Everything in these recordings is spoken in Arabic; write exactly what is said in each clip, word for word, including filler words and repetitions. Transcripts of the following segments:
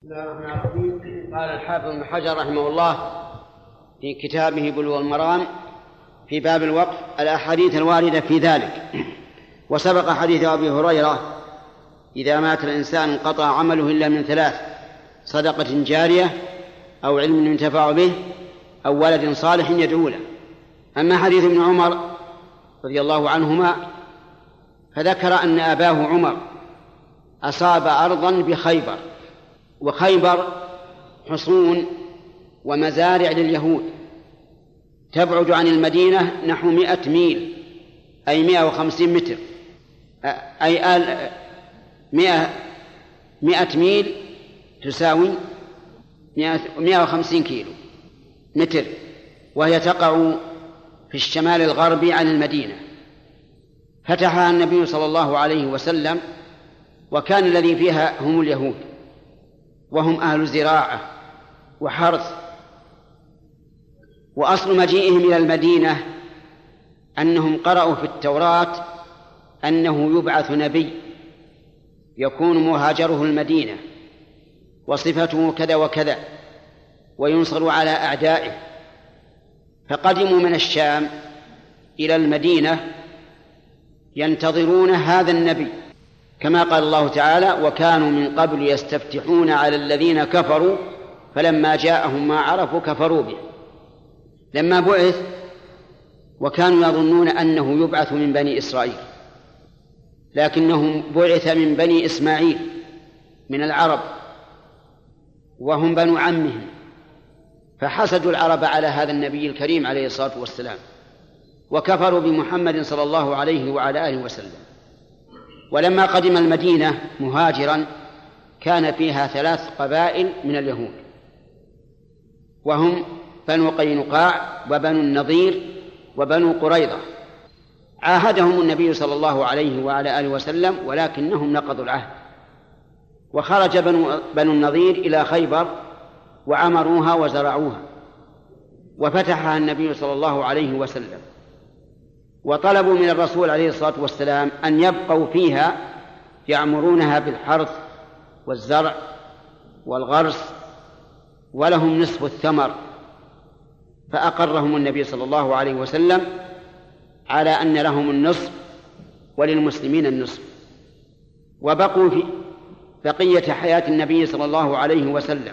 بسم الله الرحمن الرحيم. قال الحافظ ابن حجر رحمه الله في كتابه بلوغ المرام في باب الوقف الأحاديث الواردة في ذلك. وسبق حديث أبي هريرة: إذا مات الإنسان انقطع عمله إلا من ثلاث: صدقة جارية، أو علم ينتفع به، أو ولد صالح يدعو له. أما حديث ابن عمر رضي الله عنهما فذكر أن أباه عمر أصاب أرضا بخيبر، وخيبر حصون ومزارع لليهود تبعد عن المدينة نحو مئة ميل، أي مئة وخمسين متر، أي آل مئة, مئة ميل تساوي مئة وخمسين كيلو متر، وهي تقع في الشمال الغربي عن المدينة. فتحها النبي صلى الله عليه وسلم، وكان الذي فيها هم اليهود، وهم أهل زراعة وحرث. وأصل مجيئهم إلى المدينة أنهم قرأوا في التوراة أنه يبعث نبي يكون مهاجره المدينة، وصفته كذا وكذا، وينصر على أعدائه. فقدموا من الشام إلى المدينة ينتظرون هذا النبي، كما قال الله تعالى: وكانوا من قبل يستفتحون على الذين كفروا فلما جاءهم ما عرفوا كفروا به. لما بعث وكانوا يظنون أنه يبعث من بني إسرائيل، لكنه بعث من بني إسماعيل من العرب، وهم بنو عمهم، فحسدوا العرب على هذا النبي الكريم عليه الصلاة والسلام، وكفروا بمحمد صلى الله عليه وعلى آله وسلم. ولما قدم المدينة مهاجرا كان فيها ثلاث قبائل من اليهود، وهم بنو قينقاع وبنو النضير وبنو قريظة. عاهدهم النبي صلى الله عليه وعلى آله وسلم، ولكنهم نقضوا العهد، وخرج بنو, بنو النضير إلى خيبر وعمروها وزرعوها، وفتحها النبي صلى الله عليه وسلم، وطلبوا من الرسول عليه الصلاة والسلام أن يبقوا فيها يعمرونها بالحرث والزرع والغرس، ولهم نصف الثمر. فأقرهم النبي صلى الله عليه وسلم على أن لهم النصف وللمسلمين النصف، وبقوا في بقية حياة النبي صلى الله عليه وسلم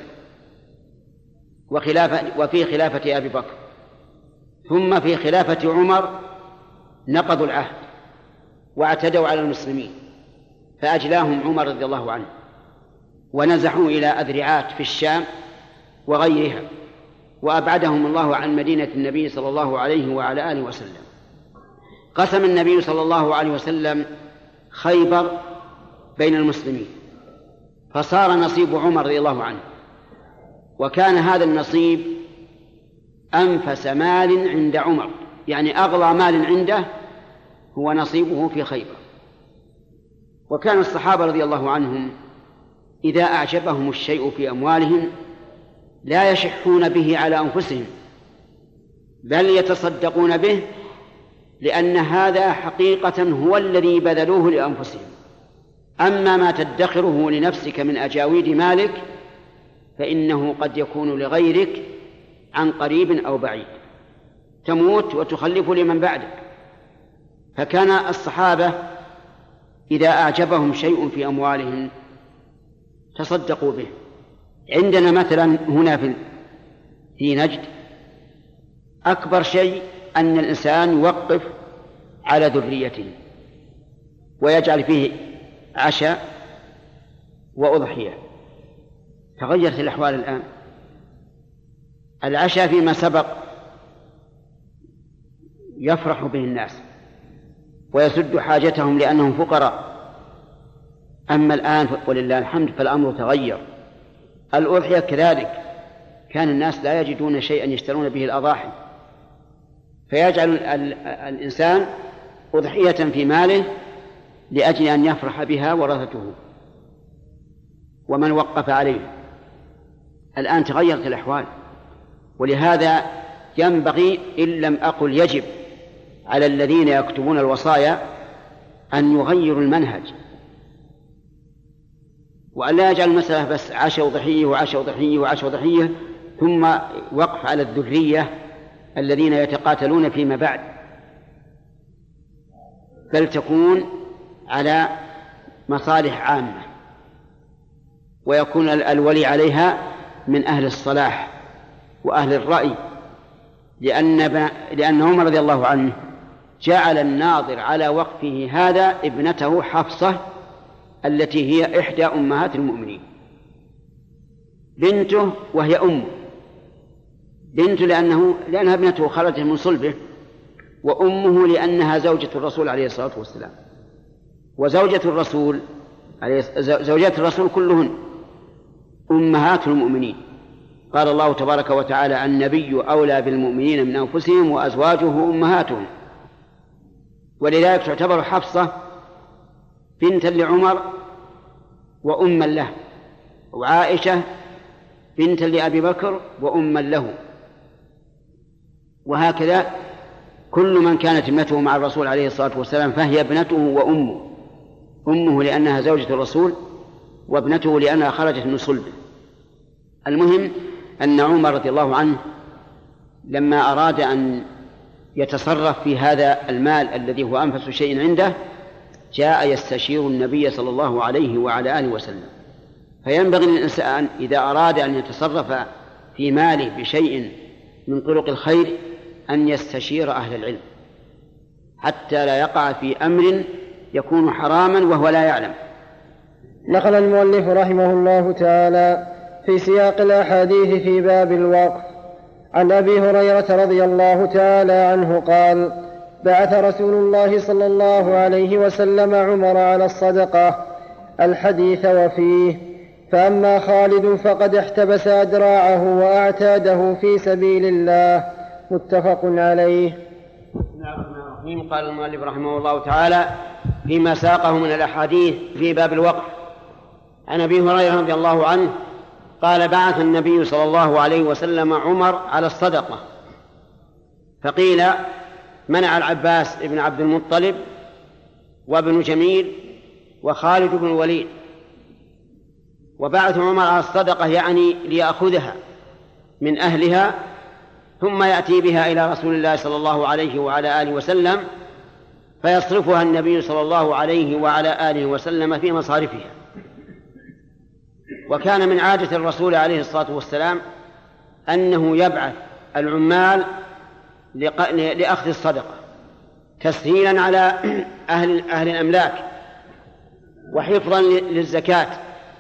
وخلافة وفي خلافة أبي بكر. ثم في خلافة عمر نقضوا العهد واعتدوا على المسلمين، فأجلاهم عمر رضي الله عنه ونزحوا إلى أذرعات في الشام وغيرها، وأبعدهم الله عن مدينة النبي صلى الله عليه وعلى آله وسلم. قسم النبي صلى الله عليه وسلم خيبر بين المسلمين، فصار نصيب عمر رضي الله عنه، وكان هذا النصيب أنفس مال عند عمر، يعني أغلى مال عنده هو نصيبه في خيبر. وكان الصحابة رضي الله عنهم إذا أعجبهم الشيء في أموالهم لا يشحون به على أنفسهم، بل يتصدقون به، لأن هذا حقيقة هو الذي بذلوه لأنفسهم. أما ما تدخره لنفسك من أجاويد مالك فإنه قد يكون لغيرك عن قريب أو بعيد، تموت وتخلف لمن بعدك. فكان الصحابة إذا أعجبهم شيء في أموالهم تصدقوا به. عندنا مثلا هنا في نجد أكبر شيء أن الإنسان يوقف على ذريته ويجعل فيه عشاء وأضحية. تغيرت الأحوال الآن. العشاء فيما سبق يفرح به الناس ويسد حاجتهم لأنهم فقراء، أما الآن ولله الحمد فالأمر تغير. الأضحية كذلك، كان الناس لا يجدون شيئا يشترون به الأضاحي، فيجعل الإنسان أضحية في ماله لأجل أن يفرح بها ورثته ومن وقف عليه. الآن تغيرت الأحوال، ولهذا ينبغي إن لم أقل يجب على الذين يكتبون الوصايا أن يغيروا المنهج وأن لا يجعل المسألة بس عشاء وضحية وعشاء وضحية وعشاء وضحية ثم وقف على الذرية الذين يتقاتلون فيما بعد، بل تكون على مصالح عامة، ويكون الولي عليها من أهل الصلاح وأهل الرأي، لأن لأن عمر رضي الله عنه جعل الناظر على وقفه هذا ابنته حفصة التي هي إحدى أمهات المؤمنين، بنته وهي أمه، بنته لأنه لأنها ابنته خرجت من صلبه، وأمه لأنها زوجة الرسول عليه الصلاة والسلام. وزوجة الرسول زوجات الرسول كلهن أمهات المؤمنين. قال الله تبارك وتعالى: النبي أولى بالمؤمنين من أنفسهم وأزواجه أمهاتهم. ولذلك تعتبر حفصة بنتا لعمر وأما له، وعائشة بنتا لأبي بكر وأما له، وهكذا كل من كانت ابنته مع الرسول عليه الصلاة والسلام فهي ابنته وأمه، أمه لأنها زوجة الرسول، وابنته لأنها خرجت من صلبه. المهم أن عمر رضي الله عنه لما أراد أن يتصرف في هذا المال الذي هو أنفس شيء عنده جاء يستشير النبي صلى الله عليه وعلى آله وسلم. فينبغي للإنسان إذا أراد أن يتصرف في ماله بشيء من طرق الخير أن يستشير أهل العلم حتى لا يقع في أمر يكون حراما وهو لا يعلم. نقل المؤلف رحمه الله تعالى في سياق الأحاديث في باب الوقف عن أبي هريرة رضي الله تعالى عنه قال: بعث رسول الله صلى الله عليه وسلم عمر على الصدقة الحديث وفيه: فأما خالد فقد احتبس أدراعه وأعتاده في سبيل الله. متفق عليه. قال المؤلف رحمه الله تعالى فيما ساقه من الأحاديث في باب الوقف عن أبي هريرة رضي الله عنه قال: بعث النبي صلى الله عليه وسلم عمر على الصدقة، فقيل منع العباس بن عبد المطلب وابن جميل وخالد بن الوليد. وبعث عمر على الصدقة يعني ليأخذها من أهلها ثم يأتي بها إلى رسول الله صلى الله عليه وعلى آله وسلم فيصرفها النبي صلى الله عليه وعلى آله وسلم في مصارفها. وكان من عادة الرسول عليه الصلاة والسلام أنه يبعث العمال لأخذ الصدقة تسهيلا على أهل, أهل الأملاك وحفظا للزكاة،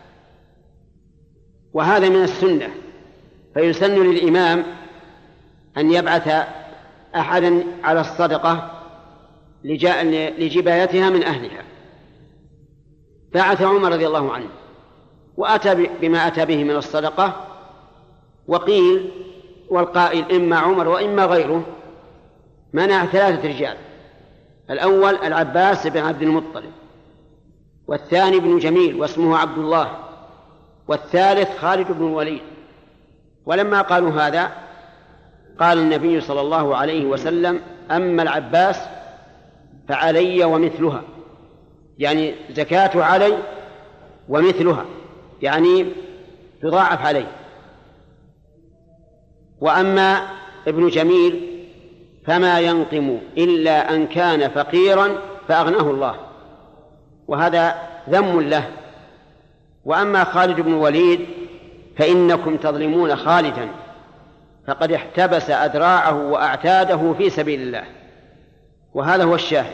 وهذا من السنة. فيسن للإمام أن يبعث أحدا على الصدقة لجبايتها من أهلها. بعث عمر رضي الله عنه وأتى بما أتى به من الصدقة، وقيل والقائل إما عمر وإما غيره منع ثلاثة رجال: الأول العباس بن عبد المطلب، والثاني بن جميل واسمه عبد الله، والثالث خالد بن الوليد. ولما قالوا هذا قال النبي صلى الله عليه وسلم: أما العباس فعلي ومثلها، يعني زكاة علي ومثلها، يعني تضاعف علي. وأما ابن جميل فما ينقم إلا أن كان فقيرا فأغناه الله، وهذا ذم له. وأما خالد بن الوليد فإنكم تظلمون خالدا فقد احتبس أدراعه وأعتاده في سبيل الله، وهذا هو الشاهد.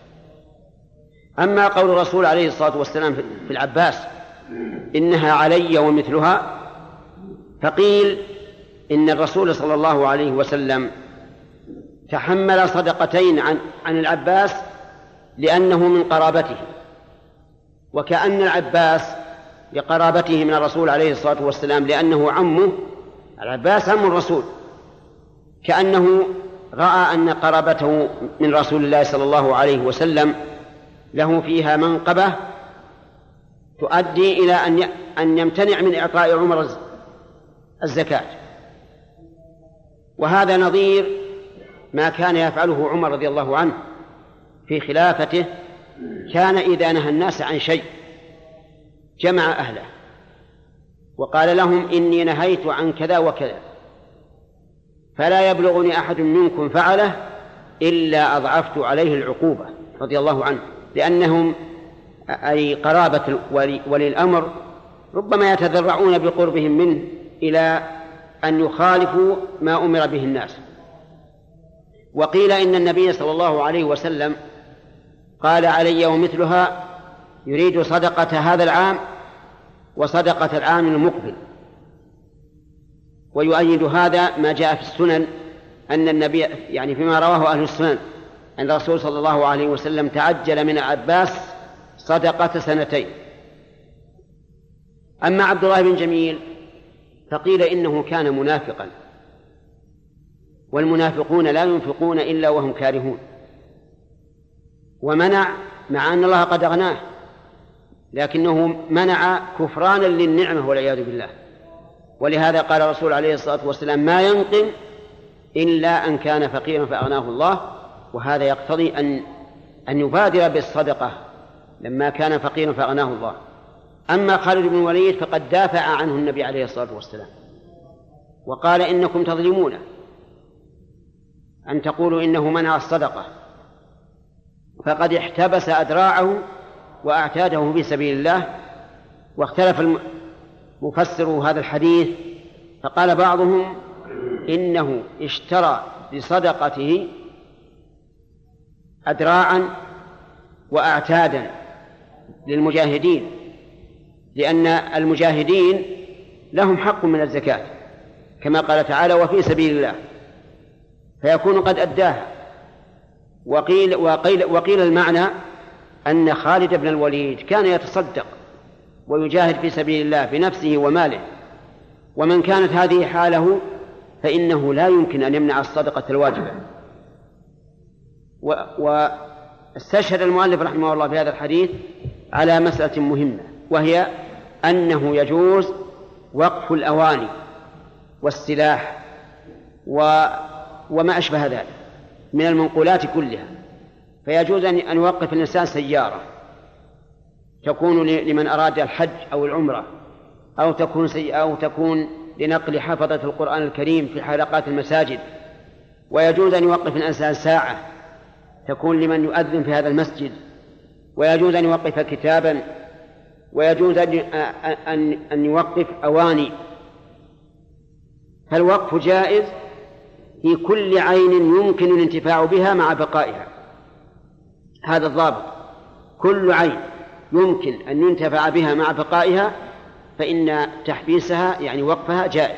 أما قول الرسول عليه الصلاة والسلام في العباس إنها علي ومثلها، فقيل إن الرسول صلى الله عليه وسلم تحمل صدقتين عن, عن العباس لأنه من قرابته، وكأن العباس لقرابته من الرسول عليه الصلاة والسلام لأنه عمه، العباس عم الرسول، كأنه رأى أن قرابته من رسول الله صلى الله عليه وسلم له فيها منقبة تؤدي إلى أن أن يمتنع من إعطاء عمر الزكاة. وهذا نظير ما كان يفعله عمر رضي الله عنه في خلافته. كان إذا نهى الناس عن شيء جمع أهله وقال لهم إني نهيت عن كذا وكذا فلا يبلغني أحد منكم فعله إلا أضعفت عليه العقوبة رضي الله عنه، لأنهم أي قرابة ولي الأمر ربما يتذرعون بقربهم منه إلى أن يخالفوا ما أمر به الناس. وقيل إن النبي صلى الله عليه وسلم قال علي ومثلها يريد صدقة هذا العام وصدقة العام المقبل. ويؤيد هذا ما جاء في السنن أن النبي يعني فيما رواه أهل السنن أن الرسول صلى الله عليه وسلم تعجل من العباس صدقة سنتين. أما عبد الله بن جميل فقيل إنه كان منافقا، والمنافقون لا ينفقون إلا وهم كارهون، ومنع مع أن الله قد أغناه، لكنه منع كفرانا للنعمة والعياذ بالله. ولهذا قال الرسول عليه الصلاة والسلام ما ينقم إلا أن كان فقيرا فأغناه الله، وهذا يقتضي أن أن يبادر بالصدقة لما كان فقيرا فأغناه الله. أما خالد بن الوليد فقد دافع عنه النبي عليه الصلاة والسلام وقال إنكم تظلمون أن تقولوا إنه منع الصدقة، فقد احتبس أدراعه وأعتاده في سبيل الله. واختلف مفسروا هذا الحديث، فقال بعضهم إنه اشترى بصدقته أدراعا وأعتادا للمجاهدين، لأن المجاهدين لهم حق من الزكاة كما قال تعالى وفي سبيل الله، فيكون قد أداها. وقيل, وقيل, وقيل المعنى أن خالد بن الوليد كان يتصدق ويجاهد في سبيل الله بنفسه وماله، ومن كانت هذه حاله فإنه لا يمكن أن يمنع الصدقة الواجبة. واستشهد المؤلف رحمه الله في هذا الحديث على مسألة مهمة، وهي أنه يجوز وقف الأواني والسلاح و... وما أشبه ذلك من المنقولات كلها. فيجوز أن يوقف الإنسان سيارة تكون لمن أراد الحج أو العمرة، أو تكون, سي... أو تكون لنقل حفظة القرآن الكريم في حلقات المساجد. ويجوز أن يوقف الإنسان ساعة تكون لمن يؤذن في هذا المسجد، ويجوز أن يوقف كتابا، ويجوز أن أن يوقف أواني. فالوقف جائز في كل عين يمكن الانتفاع بها مع بقائها، هذا الضابط، كل عين يمكن أن ينتفع بها مع بقائها فإن تحبيسها يعني وقفها جائز.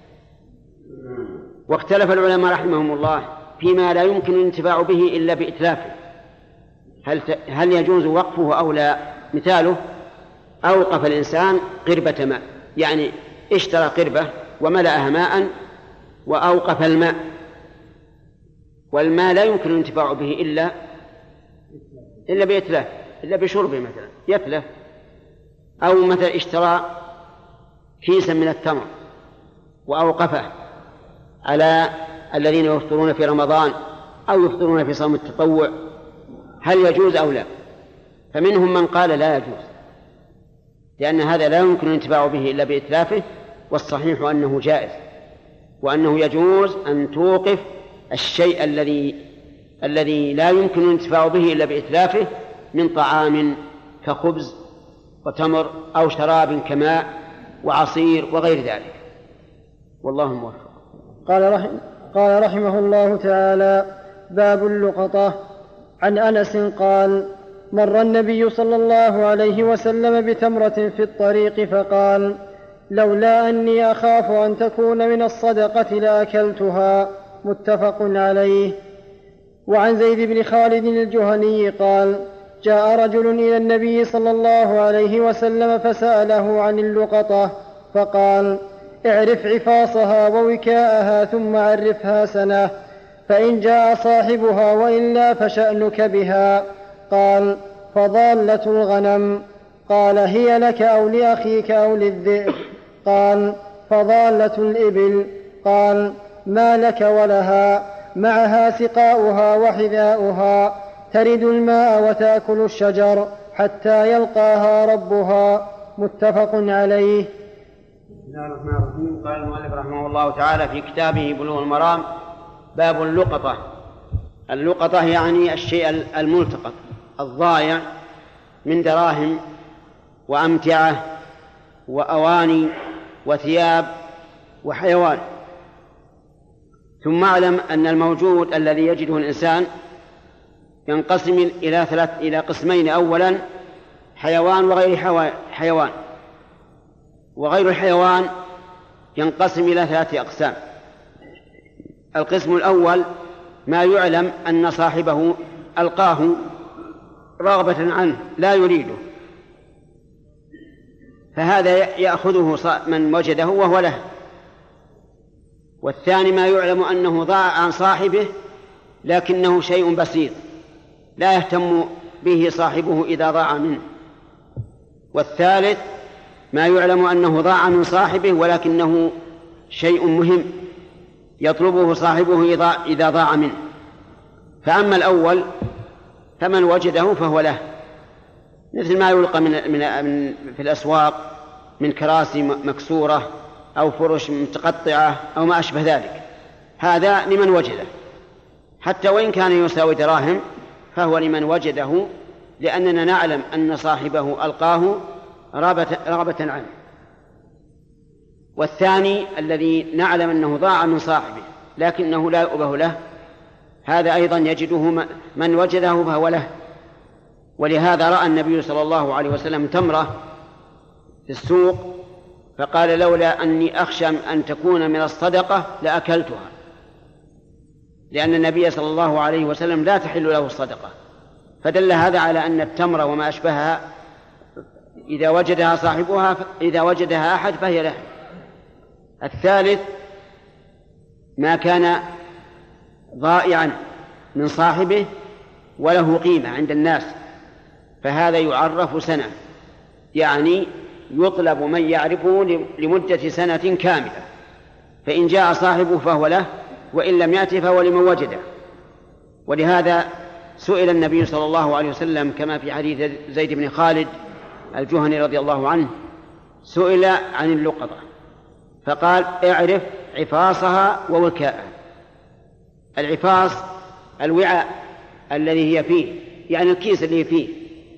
واختلف العلماء رحمهم الله فيما لا يمكن الانتفاع به إلا بإتلافه، هل, هل يجوز وقفه أو لا. مثاله أوقف الإنسان قربة ماء، يعني اشترى قربة وملأها ماء وأوقف الماء، والماء لا يمكن الانتفاع به إلا إلا بإتلاف، إلا بشربه مثلا يتلف. أو مثلا اشترى كيسا من التمر وأوقفه على الذين يفطرون في رمضان أو يفطرون في صوم التطوع، هل يجوز أو لا؟ فمنهم من قال لا يجوز، لأن هذا لا يمكن الانتفاع به إلا بإتلافه، والصحيح أنه جائز، وأنه يجوز أن توقف الشيء الذي الذي لا يمكن الانتفاع به إلا بإتلافه من طعام كخبز وتمر أو شراب كماء وعصير وغير ذلك، والله موفق. قال, رحم قال رحمه الله تعالى: باب اللقطة. عن أنس قال: مر النبي صلى الله عليه وسلم بتمرة في الطريق فقال: لولا أني أخاف أن تكون من الصدقة لأكلتها. متفق عليه. وعن زيد بن خالد الجهني قال: جاء رجل إلى النبي صلى الله عليه وسلم فسأله عن اللقطة فقال: اعرف عفاصها ووكاءها ثم عرفها سنة، فإن جاء صاحبها وإلا فشأنك بها. قال: فضالة الغنم. قال: هي لك أو لأخيك أو للذئب؟ قال: فضالة الإبل. قال: ما لك ولها؟ معها سقاؤها وحذاؤها، ترد الماء وتأكل الشجر حتى يلقاها ربها. متفق عليه. بسم الله الرحمن الرحيم. قال المؤلف رحمه الله تعالى في كتابه بلوغ المرام: باب اللقطة. اللقطة يعني الشيء الملتقط الضائع من دراهم وأمتعة وأواني وثياب وحيوان. ثم اعلم أن الموجود الذي يجده الإنسان ينقسم إلى ثلاث إلى قسمين: أولا حيوان وغير حيوان، وغير الحيوان ينقسم إلى ثلاثة أقسام. القسم الأول ما يعلم أن صاحبه ألقاه رغبة عنه لا يريده، فهذا يأخذه من وجده وهو له. والثاني ما يعلم أنه ضاع عن صاحبه لكنه شيء بسيط لا يهتم به صاحبه إذا ضاع منه. والثالث ما يعلم أنه ضاع من صاحبه ولكنه شيء مهم يطلبه صاحبه إذا ضاع منه. فأما الأول فمن وجده فهو له، مثل ما يلقى من من في الأسواق من كراسي مكسورة أو فرش متقطعة أو ما أشبه ذلك، هذا لمن وجده، حتى وإن كان يساوي دراهم فهو لمن وجده، لأننا نعلم أن صاحبه ألقاه رغبة عنه. والثاني الذي نعلم أنه ضاع من صاحبه لكنه لا يؤبه له، هذا أيضا يجده من وجده فهو له. ولهذا رأى النبي صلى الله عليه وسلم تمرة في السوق فقال: لولا أني أخشى أن تكون من الصدقة لأكلتها، لأن النبي صلى الله عليه وسلم لا تحل له الصدقة. فدل هذا على أن التمرة وما أشبهها إذا وجدها صاحبها إذا وجدها أحد فهي له. الثالث ما كان ضائعا من صاحبه وله قيمة عند الناس، فهذا يعرف سنة، يعني يطلب من يعرفه لمدة سنة كاملة، فإن جاء صاحبه فهو له، وإن لم يأتي فهو لمن وجده. ولهذا سئل النبي صلى الله عليه وسلم كما في حديث زيد بن خالد الجهني رضي الله عنه، سئل عن اللقطة فقال: اعرف عفاصها ووكاءها. العفاص الوعاء الذي هي فيه، يعني الكيس اللي فيه،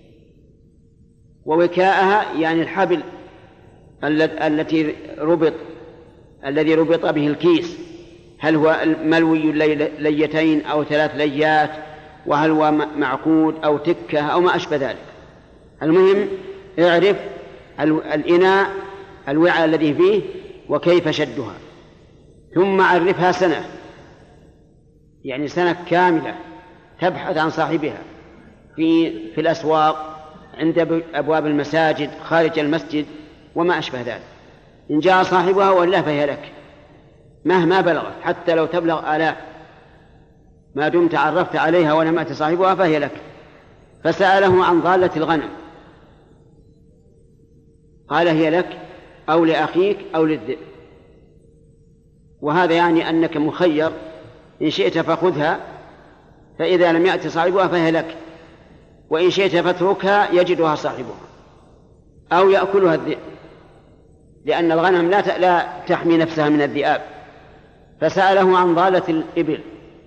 ووكاءها يعني الحبل التي ربط الذي ربط به الكيس، هل هو ملوي ليتين أو ثلاث ليات، وهل هو معقود أو تكة أو ما أشبه ذلك. المهم اعرف الإناء الوعاء الذي فيه وكيف شدها، ثم عرفها سنة، يعني سنة كاملة تبحث عن صاحبها في في الأسواق، عند أبواب المساجد، خارج المسجد وما أشبه ذلك. إن جاء صاحبها وإلا فهي لك مهما بلغت، حتى لو تبلغ آلاف، ما دمت عرفت عليها ولم يأت صاحبها فهي لك. فسأله عن ضالة الغنم قال: هي لك أو لأخيك أو للذئب. وهذا يعني أنك مخير، إن شئت فخذها فإذا لم يأت صاحبها فهي لك، وإن شئت فاتركها يجدها صاحبها أو يأكلها الذئب، لأن الغنم لا لا تحمي نفسها من الذئاب. فسأله عن ضالة الإبل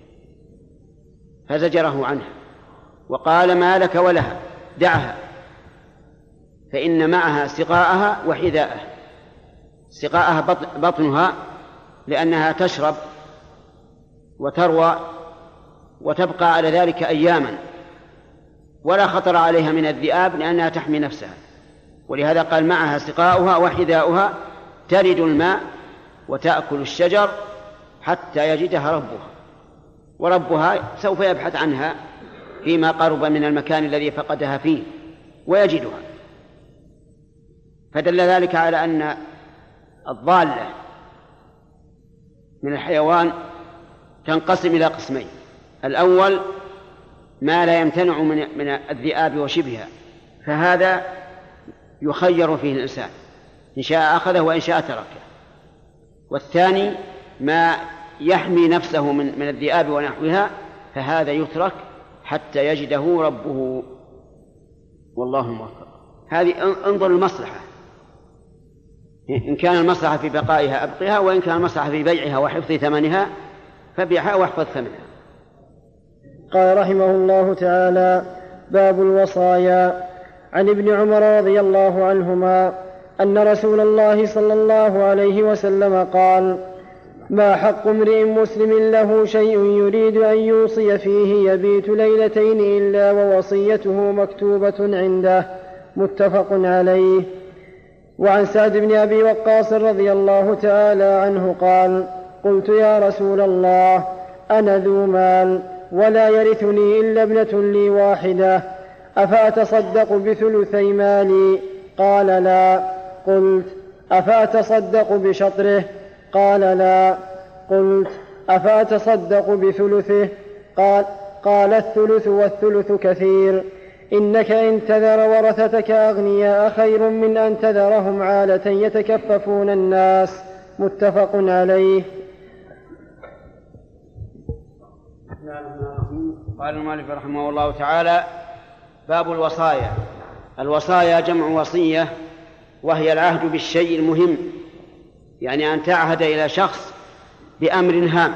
فزجره عنها وقال: ما لك ولها، دعها، فإن معها سقاءها وحذاءها. سقاءها بطنها لأنها تشرب وتروى وتبقى على ذلك أياما، ولا خطر عليها من الذئاب لأنها تحمي نفسها. ولهذا قال: معها سقاؤها وحذاؤها، ترد الماء وتأكل الشجر حتى يجدها ربها، وربها سوف يبحث عنها فيما قرب من المكان الذي فقدها فيه ويجدها. فدل ذلك على أن الضالة من الحيوان تنقسم إلى قسمين: الأول ما لا يمتنع من الذئاب وشبهها، فهذا يخير فيه الإنسان، إن شاء أخذه وإن شاء تركه. والثاني ما يحمي نفسه من من الذئاب ونحوها، فهذا يترك حتى يجده ربه، والله موفق. هذه انظر المصلحة، إن كان المصلحة في بقائها أبقها، وإن كان المصلحة في بيعها وحفظ ثمنها فبيعها واحفظ ثمنها. قال رحمه الله تعالى: باب الوصايا. عن ابن عمر رضي الله عنهما أن رسول الله صلى الله عليه وسلم قال: ما حق امرئ مسلم له شيء يريد أن يوصي فيه يبيت ليلتين إلا ووصيته مكتوبة عنده. متفق عليه. وعن سعد بن أبي وقاص رضي الله تعالى عنه قال: قلت يا رسول الله أنا ذو مال ولا يرثني إلا ابنة لي واحدة، أفأتصدق بثلثي مالي؟ قال: لا. قلت: أفأتصدق بشطره؟ قال: لا. قلت: أفأتصدق بثلثه؟ قال, قال: الثلث والثلث كثير، إنك إن تذر ورثتك أغنياء خير من أن تذرهم عالة يتكففون الناس. متفق عليه. قال المؤلف رحمه الله تعالى: باب الوصايا. الوصايا جمع وصية، وهي العهد بالشيء المهم، يعني أن تعهد إلى شخص بأمر هام،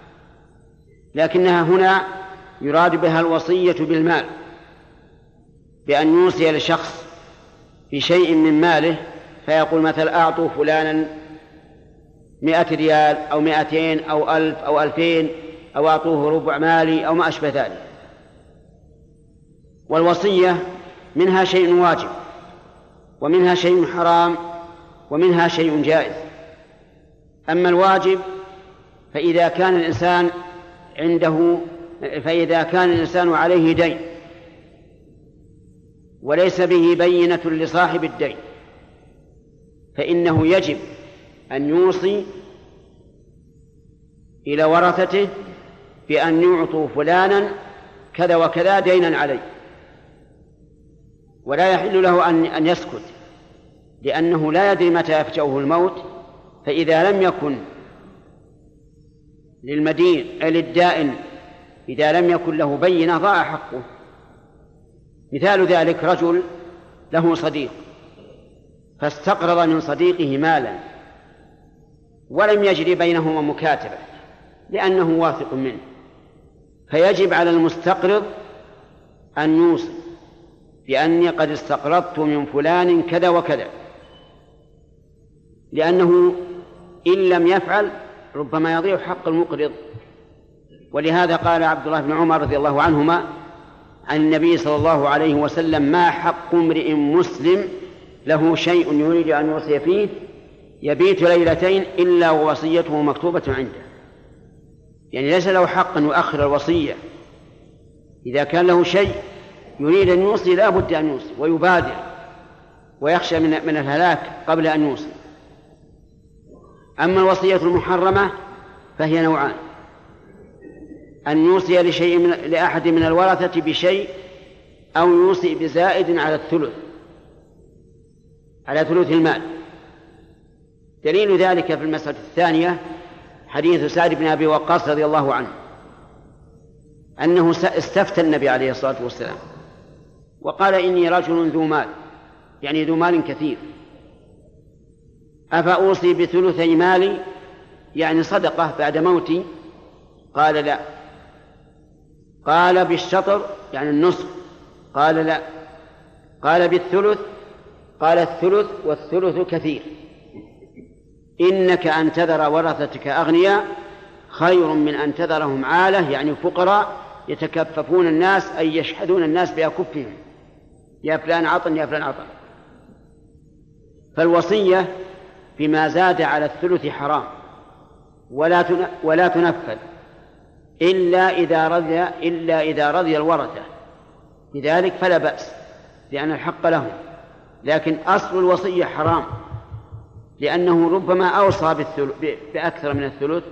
لكنها هنا يراد بها الوصية بالمال، بأن يوصي لشخص بشيء من ماله، فيقول مثل: أعطوا فلانا مئة ريال أو مئتين أو ألف أو ألفين، أو أعطوه ربع مالي أو ما أشبه ذلك. والوصية منها شيء واجب، ومنها شيء حرام، ومنها شيء جائز. أما الواجب فإذا كان الإنسان عنده فإذا كان الإنسان عليه دين وليس به بينة لصاحب الدين، فإنه يجب أن يوصي إلى ورثته بأن يعطوا فلانا كذا وكذا دينا عليه، ولا يحل له أن يسكت، لأنه لا يدري متى يفجأه الموت. فإذا لم يكن للمدين للدائن إذا لم يكن له بينة ضاع حقه. مثال ذلك: رجل له صديق فاستقرض من صديقه مالا ولم يجري بينهما مكاتبة لأنه واثق منه، فيجب على المستقرض أن يوصي بأني قد استقرضت من فلان كذا وكذا، لأنه إن لم يفعل ربما يضيع حق المقرض. ولهذا قال عبد الله بن عمر رضي الله عنهما عن النبي صلى الله عليه وسلم: ما حق امرئ مسلم له شيء يريد أن يوصي فيه يبيت ليلتين إلا ووصيته مكتوبة عنده. يعني ليس له حق أن يؤخر الوصية، إذا كان له شيء يريد أن يوصي لا بد أن يوصي ويبادر ويخشى من من الهلاك قبل أن يوصي. أما الوصية المحرمة فهي نوعان: أن يوصي لشيء من لأحد من الورثة بشيء، أو يوصي بزائد على الثلث على ثلث المال. دليل ذلك في المسألة الثانية حديث سعد بن أبي وقاص رضي الله عنه أنه استفتى النبي عليه الصلاة والسلام وقال: إني رجل ذو مال، يعني ذو مال كثير، أفأوصي بثلثي مالي، يعني صدقة بعد موتي؟ قال: لا. قال: بالشطر، يعني النصف؟ قال: لا. قال: بالثلث؟ قال: الثلث والثلث كثير، إنك أن تذر ورثتك أغنياء خير من أن تذرهم عالة، يعني فقراء يتكففون الناس، أي يشحذون الناس بأكفهم، يا فلان عطن يا فلان عطن. فالوصية بما زاد على الثلث حرام ولا ولا تنفذ إلا إذا رضي إلا إذا رضي الورثة بذلك فلا بأس، لأن الحق لهم. لكن أصل الوصية حرام، لأنه ربما أوصى بأكثر من الثلث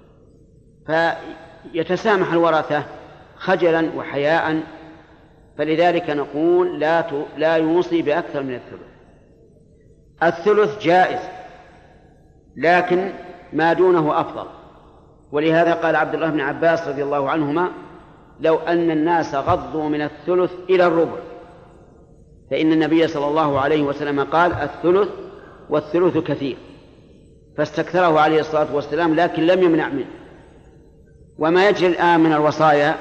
فيتسامح الورثة خجلا وحياء، فلذلك نقول لا لا يوصي بأكثر من الثلث. الثلث جائز لكن ما دونه أفضل، ولهذا قال عبد الله بن عباس رضي الله عنهما: لو أن الناس غضوا من الثلث إلى الربع، فإن النبي صلى الله عليه وسلم قال: الثلث والثلث كثير، فاستكثره عليه الصلاة والسلام لكن لم يمنع منه. وما يجري الآن من الوصايا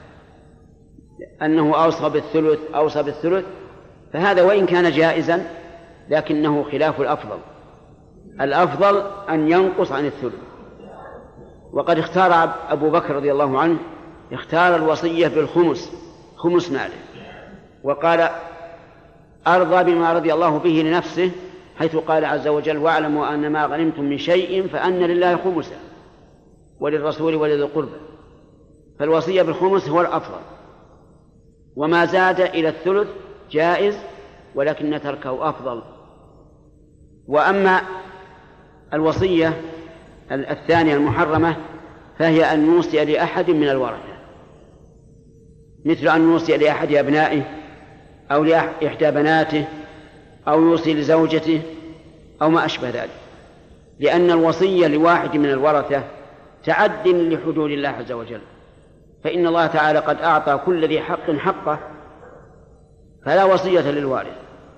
أنه أوصى بالثلث أوصى بالثلث فهذا وإن كان جائزا لكنه خلاف الأفضل. الأفضل أن ينقص عن الثلث. وقد اختار أبو بكر رضي الله عنه اختار الوصية بالخمس، خمس ماله، وقال أرضى بما رضي الله به لنفسه، حيث قال عز وجل واعلموا أن ما غنمتم من شيء فأن لله خمسه وللرسول ولذي القربى، فالوصية بالخمس هو الأفضل، وما زاد إلى الثلث جائز ولكن تركه أفضل. وأما الوصية الثانية المحرمة فهي أن يوصي لأحد من الورثة، مثل أن يوصي لأحد أبنائه أو لإحدى بناته أو يوصي لزوجته أو ما أشبه ذلك، لأن الوصية لواحد من الورثة تعد لحدود الله عز وجل، فإن الله تعالى قد أعطى كل ذي حق حقه، فلا وصية للوارث.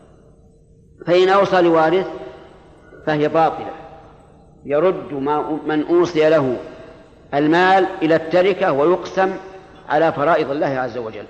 فإن أوصى لوارث فهي باطلة، يرد من أوصي له المال إلى التركة ويقسم على فرائض الله عز وجل.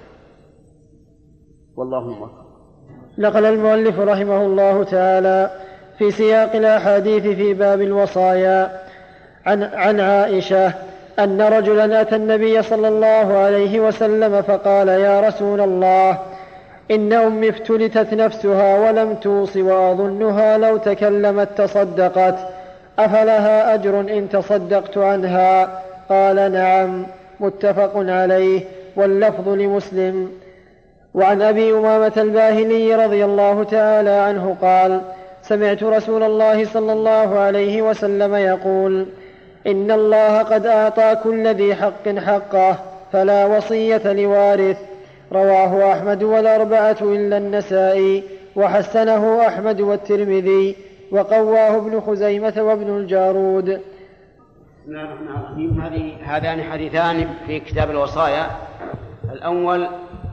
والله موفق. نقل المؤلف رحمه الله تعالى في سياق الأحاديث في باب الوصايا عن, عن عائشة أن رجلا أتى النبي صلى الله عليه وسلم فقال يا رسول الله إن أمي افتلتت نفسها ولم توص وأظنها لو تكلمت تصدقت، أفلها أجر إن تصدقت عنها؟ قال نعم. متفق عليه، واللفظ لمسلم. وعن أبي أمامة الباهلي رضي الله تعالى عنه قال سمعت رسول الله صلى الله عليه وسلم يقول إن الله قد أعطى كل ذي حق حقه فلا وصية لوارث. رواه أحمد والأربعة إلا النسائي، وحسنه أحمد والترمذي، وقواه ابن خزيمة وابن الجارود. بسم الله الرحمن الرحيم. هذان حديثان في كتاب الوصايا. الأول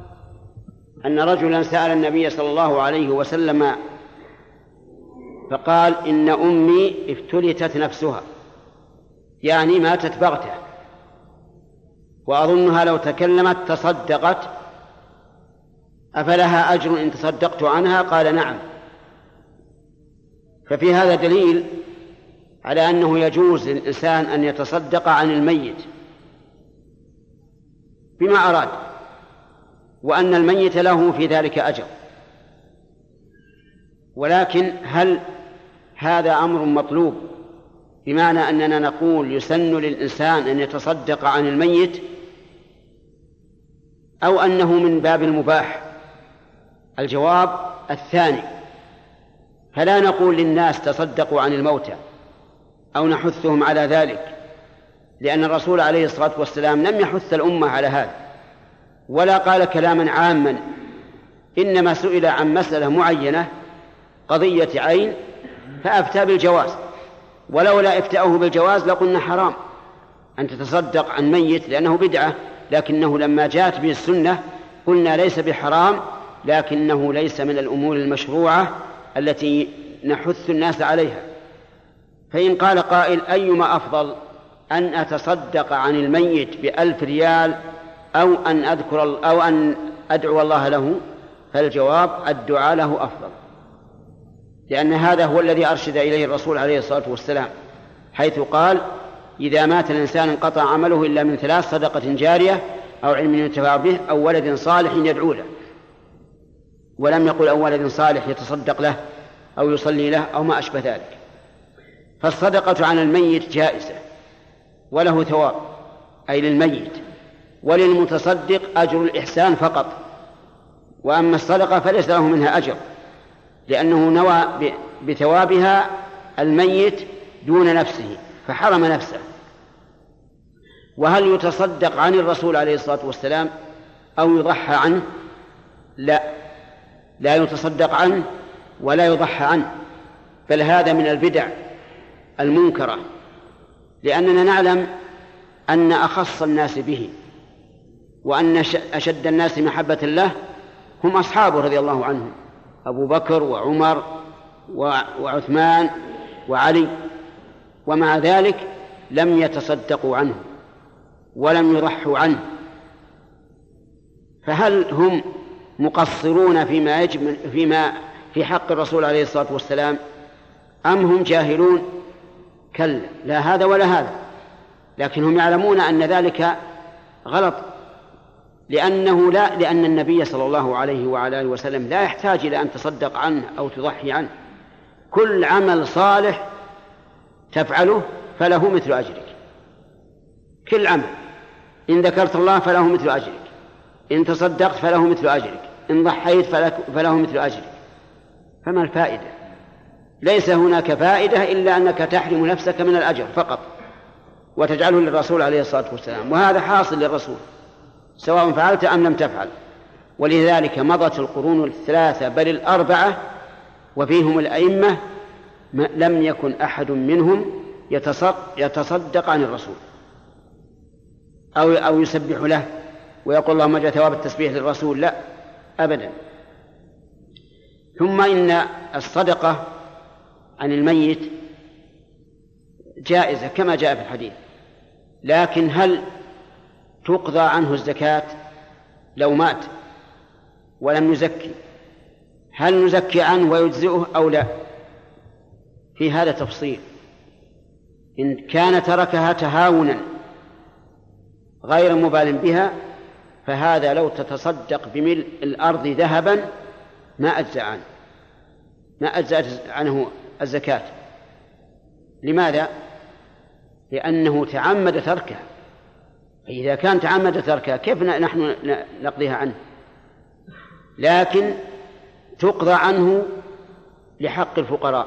أن رجلا سأل النبي صلى الله عليه وسلم فقال إن أمي افتلتت نفسها، يعني ماتت بغتة، وأظنها لو تكلمت تصدقت، أفلها أجر إن تصدقت عنها؟ قال نعم. ففي هذا دليل على أنه يجوز للإنسان أن يتصدق عن الميت بما أراد، وأن الميت له في ذلك أجر. ولكن هل هذا أمر مطلوب بمعنى أننا نقول يسن للإنسان أن يتصدق عن الميت، أو أنه من باب المباح؟ الجواب الثاني. فلا نقول للناس تصدقوا عن الموتى أو نحثهم على ذلك، لأن الرسول عليه الصلاة والسلام لم يحث الأمة على هذا ولا قال كلاما عاما، إنما سئل عن مسألة معينة قضية عين فأفتى بالجواز، ولولا إفتاؤه بالجواز لقلنا حرام أن تتصدق عن ميت لأنه بدعة، لكنه لما جاءت به السنة قلنا ليس بحرام، لكنه ليس من الأمور المشروعة التي نحث الناس عليها. فإن قال قائل أيما أفضل، أن أتصدق عن الميت بألف ريال أو أن أذكر أو أن أدعو الله له؟ فالجواب الدعاء له أفضل، لأن هذا هو الذي أرشد إليه الرسول عليه الصلاة والسلام، حيث قال إذا مات الإنسان انقطع عمله إلا من ثلاث: صدقة جارية أو علم ينتفع به أو ولد صالح يدعو له، ولم يقل أو ولد صالح يتصدق له أو يصلي له أو ما أشبه ذلك. فالصدقة عن الميت جائزة وله ثواب أي للميت، وللمتصدق أجر الإحسان فقط، وأما الصدقة فليس له منها أجر، لأنه نوى بثوابها الميت دون نفسه فحرم نفسه. وهل يتصدق عن الرسول عليه الصلاة والسلام أو يضحى عنه؟ لا، لا يتصدق عنه ولا يضحى عنه، بل هذا من البدع المنكرة، لأننا نعلم أن أخص الناس به وأن أشد الناس محبة له هم أصحابه رضي الله عنهم، أبو بكر وعمر وعثمان وعلي، ومع ذلك لم يتصدقوا عنه ولم يضحوا عنه. فهل هم مقصرون فيما يجب فيما في حق الرسول عليه الصلاة والسلام أم هم جاهلون؟ كلا، لا هذا ولا هذا، لكن هم يعلمون أن ذلك غلط، لأنه لا لأن النبي صلى الله عليه وعلى آله وسلم لا يحتاج إلى أن تصدق عنه أو تضحي عنه. كل عمل صالح تفعله فله مثل أجرك، كل عمل، إن ذكرت الله فله مثل أجرك، إن تصدقت فله مثل أجرك، إن ضحيت فله مثل أجرك. فما الفائدة؟ ليس هناك فائدة إلا أنك تحرم نفسك من الأجر فقط وتجعله للرسول عليه الصلاة والسلام، وهذا حاصل للرسول سواء فعلت أم لم تفعل. ولذلك مضت القرون الثلاثة بل الأربعة وفيهم الأئمة لم يكن أحد منهم يتصدق عن الرسول أو أو يسبح له ويقول اللهم اجعل ثواب التسبيح للرسول، لا أبدا. ثم إن الصدقة عن الميت جائزة كما جاء في الحديث، لكن هل تقضى عنه الزكاة لو مات ولم نزكي؟ هل نزكي عنه ويجزئه أو لا؟ في هذا تفصيل. إن كان تركها تهاونا غير مبال بها فهذا لو تتصدق بملء الأرض ذهبا ما أجزأ عنه، ما أجزأت عنه الزكاة. لماذا؟ لأنه تعمد تركها، فإذا كان تعمد تركها كيف نحن نقضيها عنه؟ لكن تقضى عنه لحق الفقراء،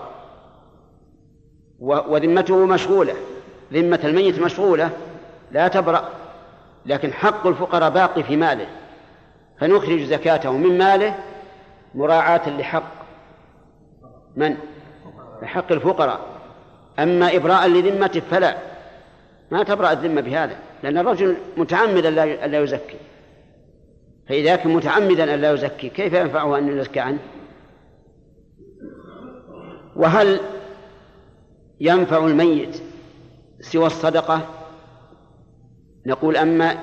وذمته مشغولة، ذمة الميت مشغولة لا تبرأ، لكن حق الفقراء باقي في ماله، فنخرج زكاته من ماله مراعاة لحق من؟ لحق الفقراء. أما إبراء لذمته فلا، ما تبرأ الذمة بهذا، لأن الرجل متعمد ألا يزكي، فإذا كان متعمدا ألا يزكي كيف ينفعه أن يزكى عنه؟ وهل ينفع الميت سوى الصدقة؟ نقول أما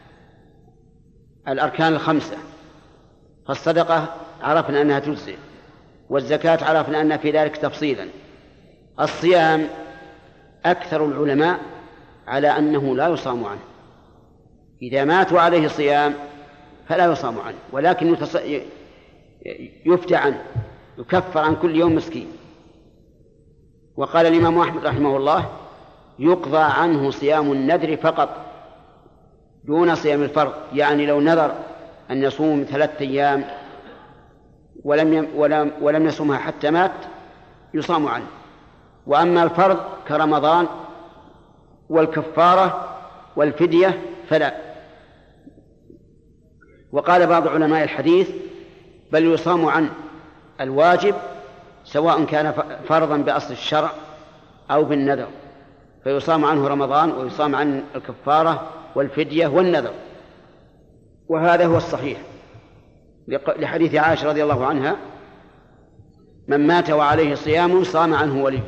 الأركان الخمسة فالصدقة عرفنا أنها تجزئ، والزكاة عرفنا أن في ذلك تفصيلا. الصيام أكثر العلماء على أنه لا يصام عنه، إذا ماتوا عليه صيام فلا يصام عنه، ولكن يفتى عنه، يكفر عن كل يوم مسكين. وقال الإمام أحمد رحمه الله يقضى عنه صيام النذر فقط دون صيام الفرض، يعني لو نذر أن يصوم ثلاثة أيام ولم يم ولم ولم يصومها حتى مات يصام عنه. وأما الفرض كرمضان والكفارة والفدية فلا. وقال بعض علماء الحديث بل يصام عن الواجب سواء كان فرضا بأصل الشرع أو بالنذر، فيصام عنه رمضان ويصام عن الكفارة والفدية والنذر، وهذا هو الصحيح لحديث عائشة رضي الله عنها من مات وعليه صيام صام عنه وليه.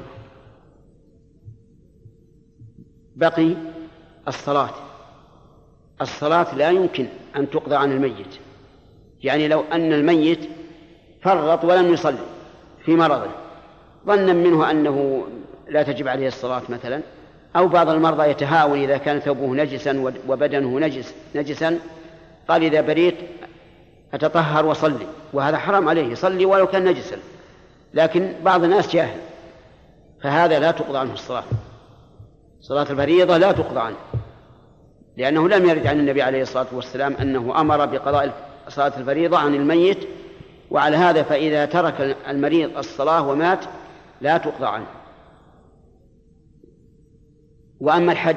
بقي الصلاة. الصلاة لا يمكن أن تقضى عن الميت، يعني لو أن الميت فرط ولم يصلي في مرضه ظنا منه أنه لا تجب عليه الصلاة مثلا، أو بعض المرضى يتهاون إذا كان ثوبه نجسا وبدنه نجس نجسا قال إذا بريت أتطهر وصلي، وهذا حرام عليه، يصلي ولو كان نجسا، لكن بعض الناس جاهل، فهذا لا تقضى عنه الصلاة. صلاة الفريضة لا تقضى عنه، لأنه لم يرد عن النبي عليه الصلاة والسلام أنه أمر بقضاء صلاة الفريضة عن الميت، وعلى هذا فإذا ترك المريض الصلاة ومات لا تقضى عنه. وأما الحج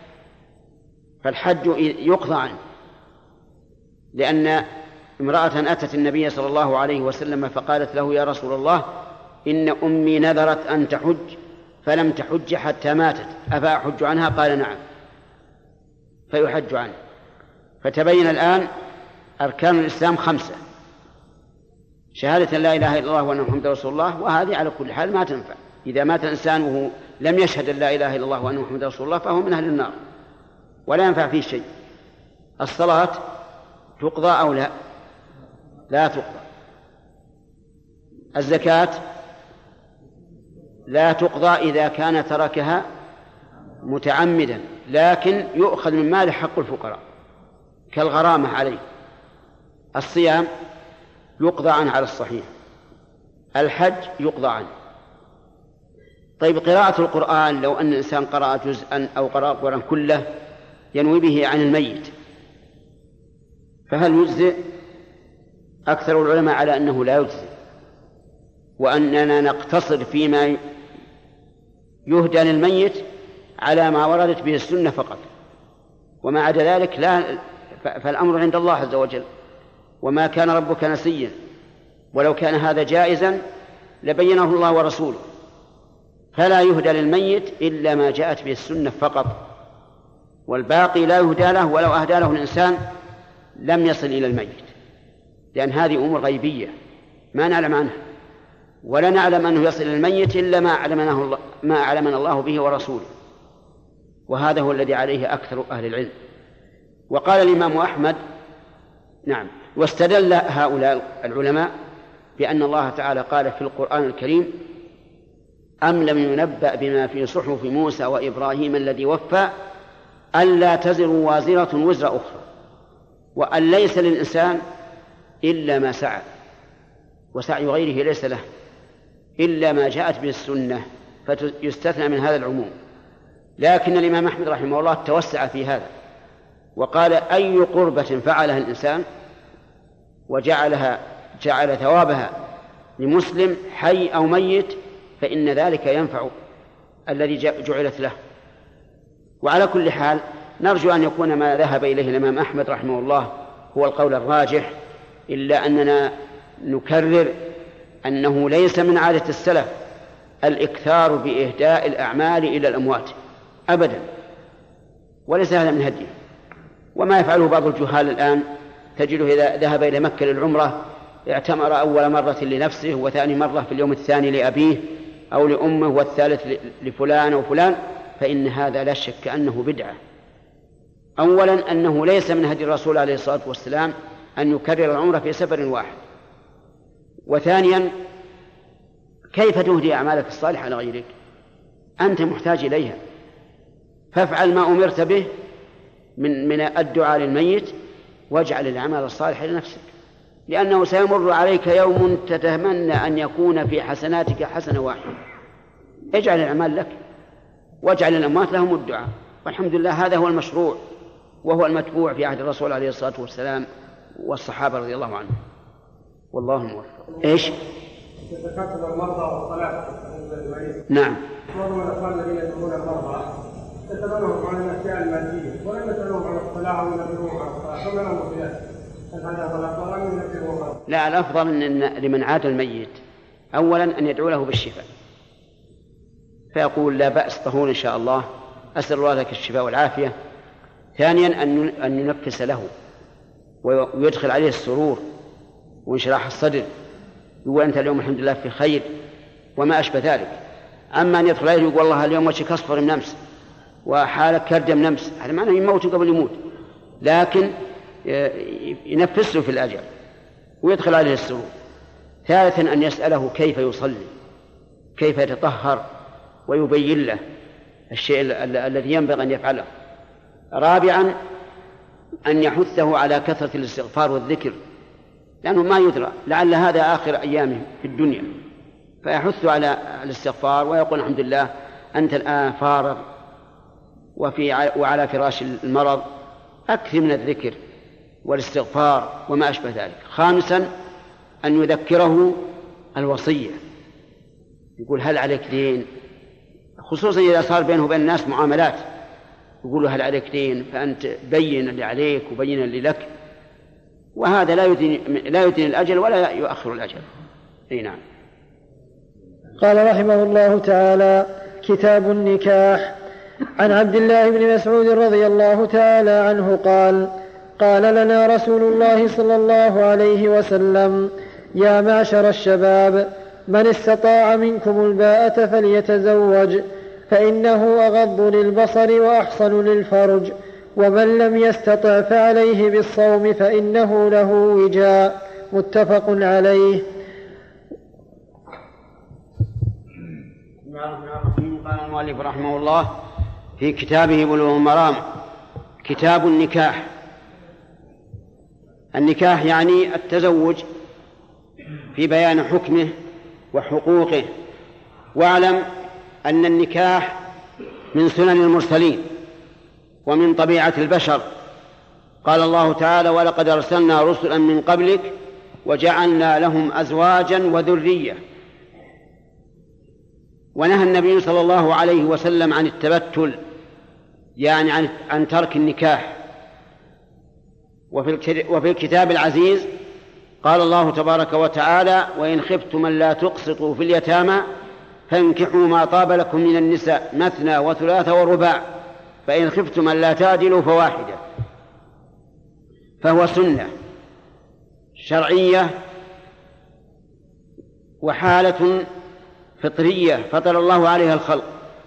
فالحج يقضى عنه، لأن امرأة أتت النبي صلى الله عليه وسلم فقالت له يا رسول الله إن أمي نذرت أن تحج فلم تحج حتى ماتت أفأحج عنها؟ قال نعم، فيحج عنه. فتبين الآن أركان الإسلام خمسة: شهادة لا إله إلا الله وأن محمد رسول الله، وهذه على كل حال ما تنفع. إذا مات الإنسان وهو لم يشهد لا إله إلا الله وأن محمد رسول الله فهو من أهل النار ولا ينفع فيه شيء. الصلاة تقضى أو لا؟ لا تقضى. الزكاة لا تقضى إذا كان تركها متعمدا، لكن يؤخذ من مال حق الفقراء كالغرامة عليه. الصيام يقضى عنه على الصحيح. الحج يقضى عنه. طيب قراءة القرآن، لو أن الإنسان قرأ جزءا أو قرأ القرآن كله ينوي به عن الميت فهل يجزئ؟ أكثر العلماء على أنه لا يجزئ، وأننا نقتصر فيما يهدى للميت على ما وردت به السنة فقط، وما عدا ذلك لا، فالأمر عند الله عز وجل، وما كان ربك نسيا، ولو كان هذا جائزا لبينه الله ورسوله، فلا يهدى للميت إلا ما جاءت به السنة فقط، والباقي لا يهدى له، ولو أهدى له الإنسان لم يصل إلى الميت، لأن هذه أمور غيبية ما نعلم عنها، ولا نعلم أنه يصل إلى الميت إلا ما أعلمنا الله, ما أعلمنا الله به ورسوله، وهذا هو الذي عليه أكثر أهل العلم. وقال الإمام أحمد نعم، واستدل هؤلاء العلماء بأن الله تعالى قال في القرآن الكريم: أم لم ينبأ بما في صحف موسى وإبراهيم الذي وفى ألا تزر وازرة وزر أخرى، وأن ليس للإنسان إلا ما سعى، وسعي غيره ليس له إلا ما جاءت به السنة، فيستثنى من هذا العموم. لكن الإمام أحمد رحمه الله توسع في هذا وقال: أي قربة فعلها الإنسان وجعلها جعل ثوابها لمسلم حي أو ميت فإن ذلك ينفع الذي جعلت له. وعلى كل حال نرجو أن يكون ما ذهب إليه الإمام أحمد رحمه الله هو القول الراجح، إلا أننا نكرر أنه ليس من عادة السلف الإكثار بإهداء الأعمال إلى الأموات أبدا، وليس هذا من هديه. وما يفعله بعض الجهال الآن تجده إذا ذهب إلى مكة للعمرة اعتمر أول مرة لنفسه، وثاني مرة في اليوم الثاني لأبيه أو لأمه، والثالث لفلان أو فلان، فإن هذا لا شك أنه بدعة. أولا أنه ليس من هدي الرسول عليه الصلاة والسلام أن يكرر العمرة في سفر واحد. وثانيا كيف تهدي أعمالك الصالحة على غيرك؟ أنت محتاج إليها، فافعل ما أمرت به من من الدعاء للميت، واجعل العمل الصالح لنفسك، لأنه سيمر عليك يوم تتمنى أن يكون في حسناتك حسنة واحدة. اجعل الأعمال لك واجعل الأموات لهم الدعاء، والحمد لله هذا هو المشروع وهو المتبوع في عهد الرسول عليه الصلاة والسلام والصحابة رضي الله عنهم. والله موفق. ايش؟ تكاتب المرضى والصلاة. نعم. معظم الأخوان الذين يدعون المرضى يسألونهم عن الأشياء المادية ولا يسألونهم عن الصلاة وينبهونهم عن الصلاة، فما لهم في ذلك؟ هل هذا غلط ولا ينبهونهم عنه؟ لا، الأفضل أن لمن عاد الميت أولا أن يدعو له بالشفاء، فيقول: لا بأس، طهور إن شاء الله، أسأل الله لك الشفاء والعافية. ثانيا أن ينفس له ويدخل عليه السرور وانشراح الصدر، يقول: أنت اليوم الحمد لله في خير وما أشبه ذلك. أما أن يدخل عليه يقول: والله اليوم وجهك أصفر من أمس وحالك كرد من أمس، هذا معناه يموت قبل يموت، لكن ينفسه في الأجل ويدخل عليه السرور. ثالثا أن يسأله كيف يصلي، كيف يتطهر، ويبين له الشيء الذي ينبغي أن يفعله. رابعا أن يحثه على كثرة الاستغفار والذكر، لأنه ما يدرى لعل هذا آخر أيامه في الدنيا، فيحث على الاستغفار ويقول: الحمد لله أنت الآن فارغ وفي وعلى فراش المرض، أكثر من الذكر والاستغفار وما أشبه ذلك. خامسا أن يذكره الوصية، يقول: هل عليك دين؟ خصوصا إذا صار بينه وبين الناس معاملات، يقول له: هل عليك دين؟ فأنت بين اللي عليك وبين اللي لك، وهذا لا يدين لا يدين الأجل ولا يؤخر الأجل. أي نعم. قال رحمه الله تعالى: كتاب النكاح. عن عبد الله بن مسعود رضي الله تعالى عنه قال: قال لنا رسول الله صلى الله عليه وسلم: يا معشر الشباب من استطاع منكم الباءة فليتزوج فإنه أغض للبصر وأحصن للفرج، ومن لم يستطع فعليه بالصوم فإنه له وجاء. متفق عليه. بسم الله الرحمن الرحيم. قال المؤلف رحمه الله في كتابه بلوغ المرام كتاب النكاح. النكاح يعني التزوج في بيان حكمه وحقوقه. واعلم أن النكاح من سنن المرسلين ومن طبيعة البشر. قال الله تعالى: ولقد أرسلنا رسلا من قبلك وجعلنا لهم أزواجا وذرية. ونهى النبي صلى الله عليه وسلم عن التبتل، يعني عن, عن ترك النكاح. وفي الكتاب العزيز قال الله تبارك وتعالى: وإن خفتم ألا تقسطوا في اليتامى فانكحوا ما طاب لكم من النساء مثنى وثلاث ورباع فإن خفتم ألا تعدلوا فواحدة. فهو سنة شرعية وحالة فطرية فطر الله عليها الخلق،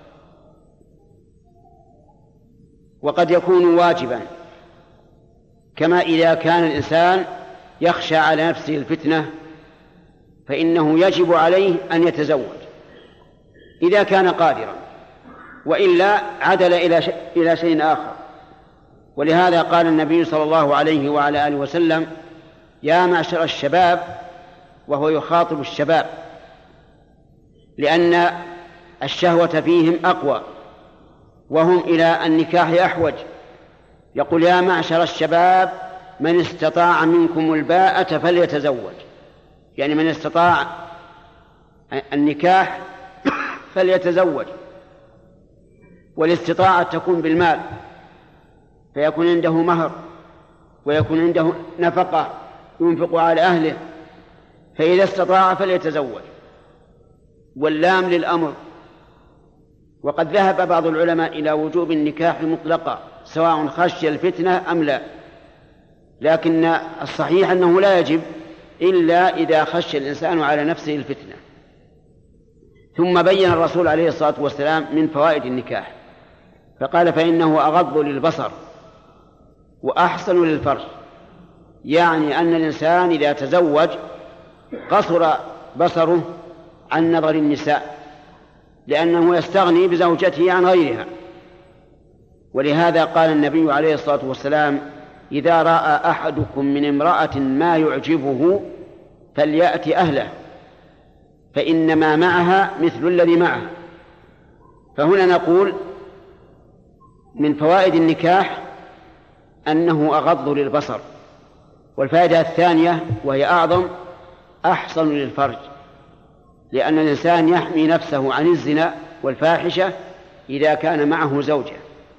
وقد يكون واجبا، كما إذا كان الإنسان يخشى على نفسه الفتنة فإنه يجب عليه أن يتزوج إذا كان قادرا، وإلا عدل إلى شيء آخر. ولهذا قال النبي صلى الله عليه وعلى آله وسلم: يا معشر الشباب، وهو يخاطب الشباب لأن الشهوة فيهم أقوى وهم إلى النكاح أحوج. يقول: يا معشر الشباب من استطاع منكم الباءة فليتزوج، يعني من استطاع النكاح فليتزوج. والاستطاعة تكون بالمال، فيكون عنده مهر ويكون عنده نفقة ينفق على أهله، فإذا استطاع فليتزوج. واللام للأمر. وقد ذهب بعض العلماء إلى وجوب النكاح مطلقا سواء خشي الفتنة أم لا، لكن الصحيح أنه لا يجب إلا إذا خشي الإنسان على نفسه الفتنة. ثم بين الرسول عليه الصلاة والسلام من فوائد النكاح فقال: فإنه أغض للبصر وأحسن للفرج، يعني أن الإنسان إذا تزوج قصر بصره عن نظر النساء لأنه يستغني بزوجته عن غيرها. ولهذا قال النبي عليه الصلاة والسلام: إذا رأى أحدكم من امرأة ما يعجبه فليأتي أهله فإنما معها مثل الذي معه. فهنا نقول من فوائد النكاح أنه أغض للبصر. والفائدة الثانية وهي أعظم: أحصن للفرج، لأن الإنسان يحمي نفسه عن الزنا والفاحشة إذا كان معه زوجة.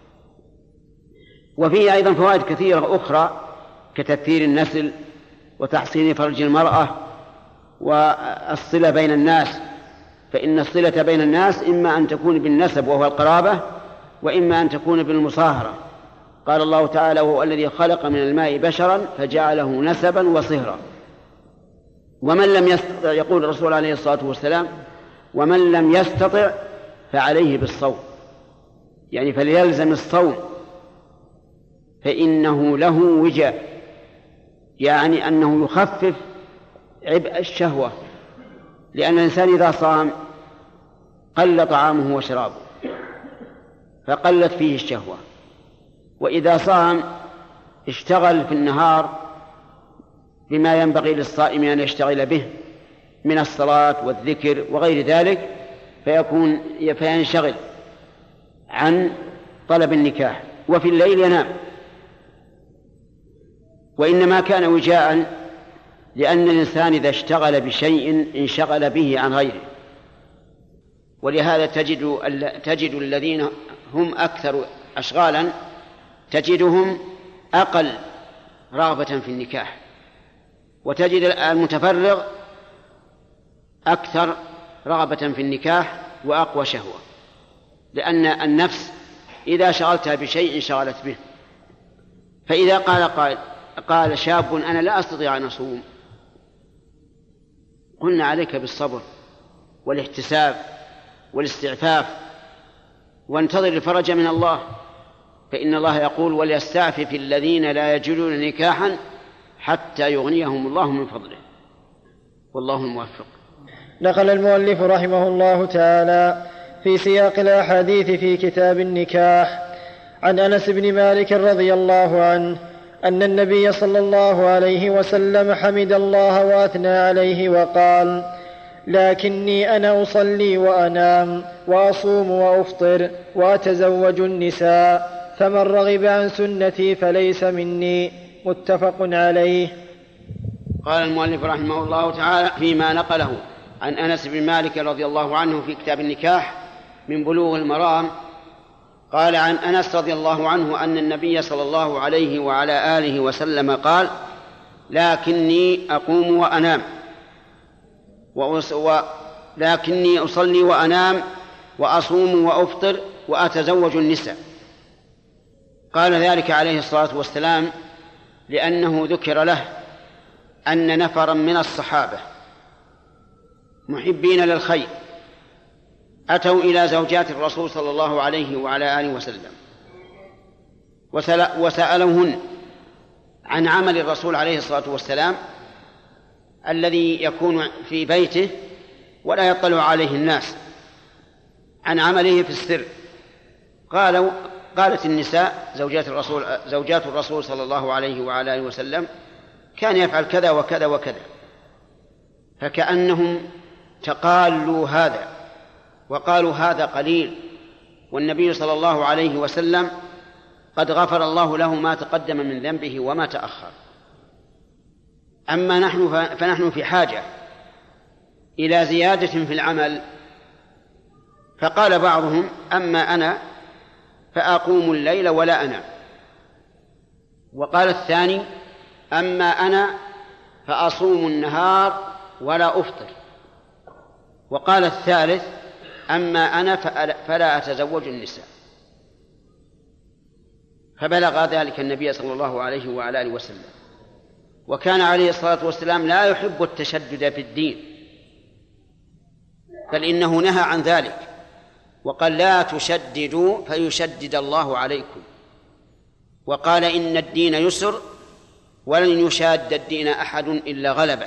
وفيه أيضا فوائد كثيرة أخرى كتكثير النسل وتحصين فرج المرأة والصلة بين الناس، فإن الصلة بين الناس إما أن تكون بالنسب وهو القرابة، وإما أن تكون بالمصاهرة. قال الله تعالى: وهو الذي خلق من الماء بشرا فجعله نسبا وصهرا. ومن لم يستطع، يقول الرسول عليه الصلاة والسلام: ومن لم يستطع فعليه بالصوم، يعني فليلزم الصوم فإنه له وجاء، يعني أنه يخفف عبء الشهوة، لأن الإنسان إذا صام قل طعامه وشرابه فقلت فيه الشهوة، وإذا صام اشتغل في النهار بما ينبغي للصائم أن يشتغل به من الصلاة والذكر وغير ذلك، فيكون فينشغل عن طلب النكاح، وفي الليل ينام. وإنما كان وجاء لأن الإنسان إذا اشتغل بشيء انشغل به عن غيره. ولهذا تجد, تجد الذين هم أكثر أشغالا تجدهم أقل رغبة في النكاح، وتجد المتفرغ أكثر رغبة في النكاح وأقوى شهوة، لأن النفس إذا شغلتها بشيء انشغلت به. فإذا قال قال, قال شاب: أنا لا أستطيع أن أصوم، قلنا عليك بالصبر والاحتساب والاستعفاف، وانتظر الفرج من الله، فإن الله يقول وليستعفف الذين لا يجدون نكاحا حتى يغنيهم الله من فضله، والله الموفق. نقل المؤلف رحمه الله تعالى في سياق الأحاديث في كتاب النكاح عن أنس بن مالك رضي الله عنه أن النبي صلى الله عليه وسلم حمد الله وأثنى عليه وقال: لكني أنا أصلي وأنام وأصوم وأفطر وأتزوج النساء، فمن رغب عن سنتي فليس مني. متفق عليه. قال المؤلف رحمه الله تعالى فيما نقله عن أنس بن مالك رضي الله عنه في كتاب النكاح من بلوغ المرام، قال عن أنس رضي الله عنه أن النبي صلى الله عليه وعلى آله وسلم قال: لكني أقوم وأنام ولكني أصلي وأنام وأصوم وأفطر وأتزوج النساء. قال ذلك عليه الصلاة والسلام لأنه ذكر له أن نفرا من الصحابة محبين للخير أتوا إلى زوجات الرسول صلى الله عليه وعلى آله وسلم وسألوهن عن عمل الرسول عليه الصلاة والسلام الذي يكون في بيته ولا يطلع عليه الناس، عن عمله في السر. قالوا قالت النساء زوجات الرسول زوجات الرسول صلى الله عليه وعلى آله وسلم كان يفعل كذا وكذا وكذا، فكأنهم تقالوا هذا وقالوا هذا قليل، والنبي صلى الله عليه وسلم قد غفر الله له ما تقدم من ذنبه وما تأخر. أما نحن فنحن في حاجة إلى زيادة في العمل. فقال بعضهم: أما أنا فأقوم الليل ولا أنام. وقال الثاني: أما أنا فأصوم النهار ولا أفطر. وقال الثالث: أما أنا فلا أتزوج النساء. فبلغ ذلك النبي صلى الله عليه وعلى آله وسلم، وكان عليه الصلاة والسلام لا يحب التشدد في الدين، بل إنه نهى عن ذلك وقال: لا تشددوا فيشدد الله عليكم. وقال: إن الدين يسر ولن يشاد الدين أحد إلا غلبه.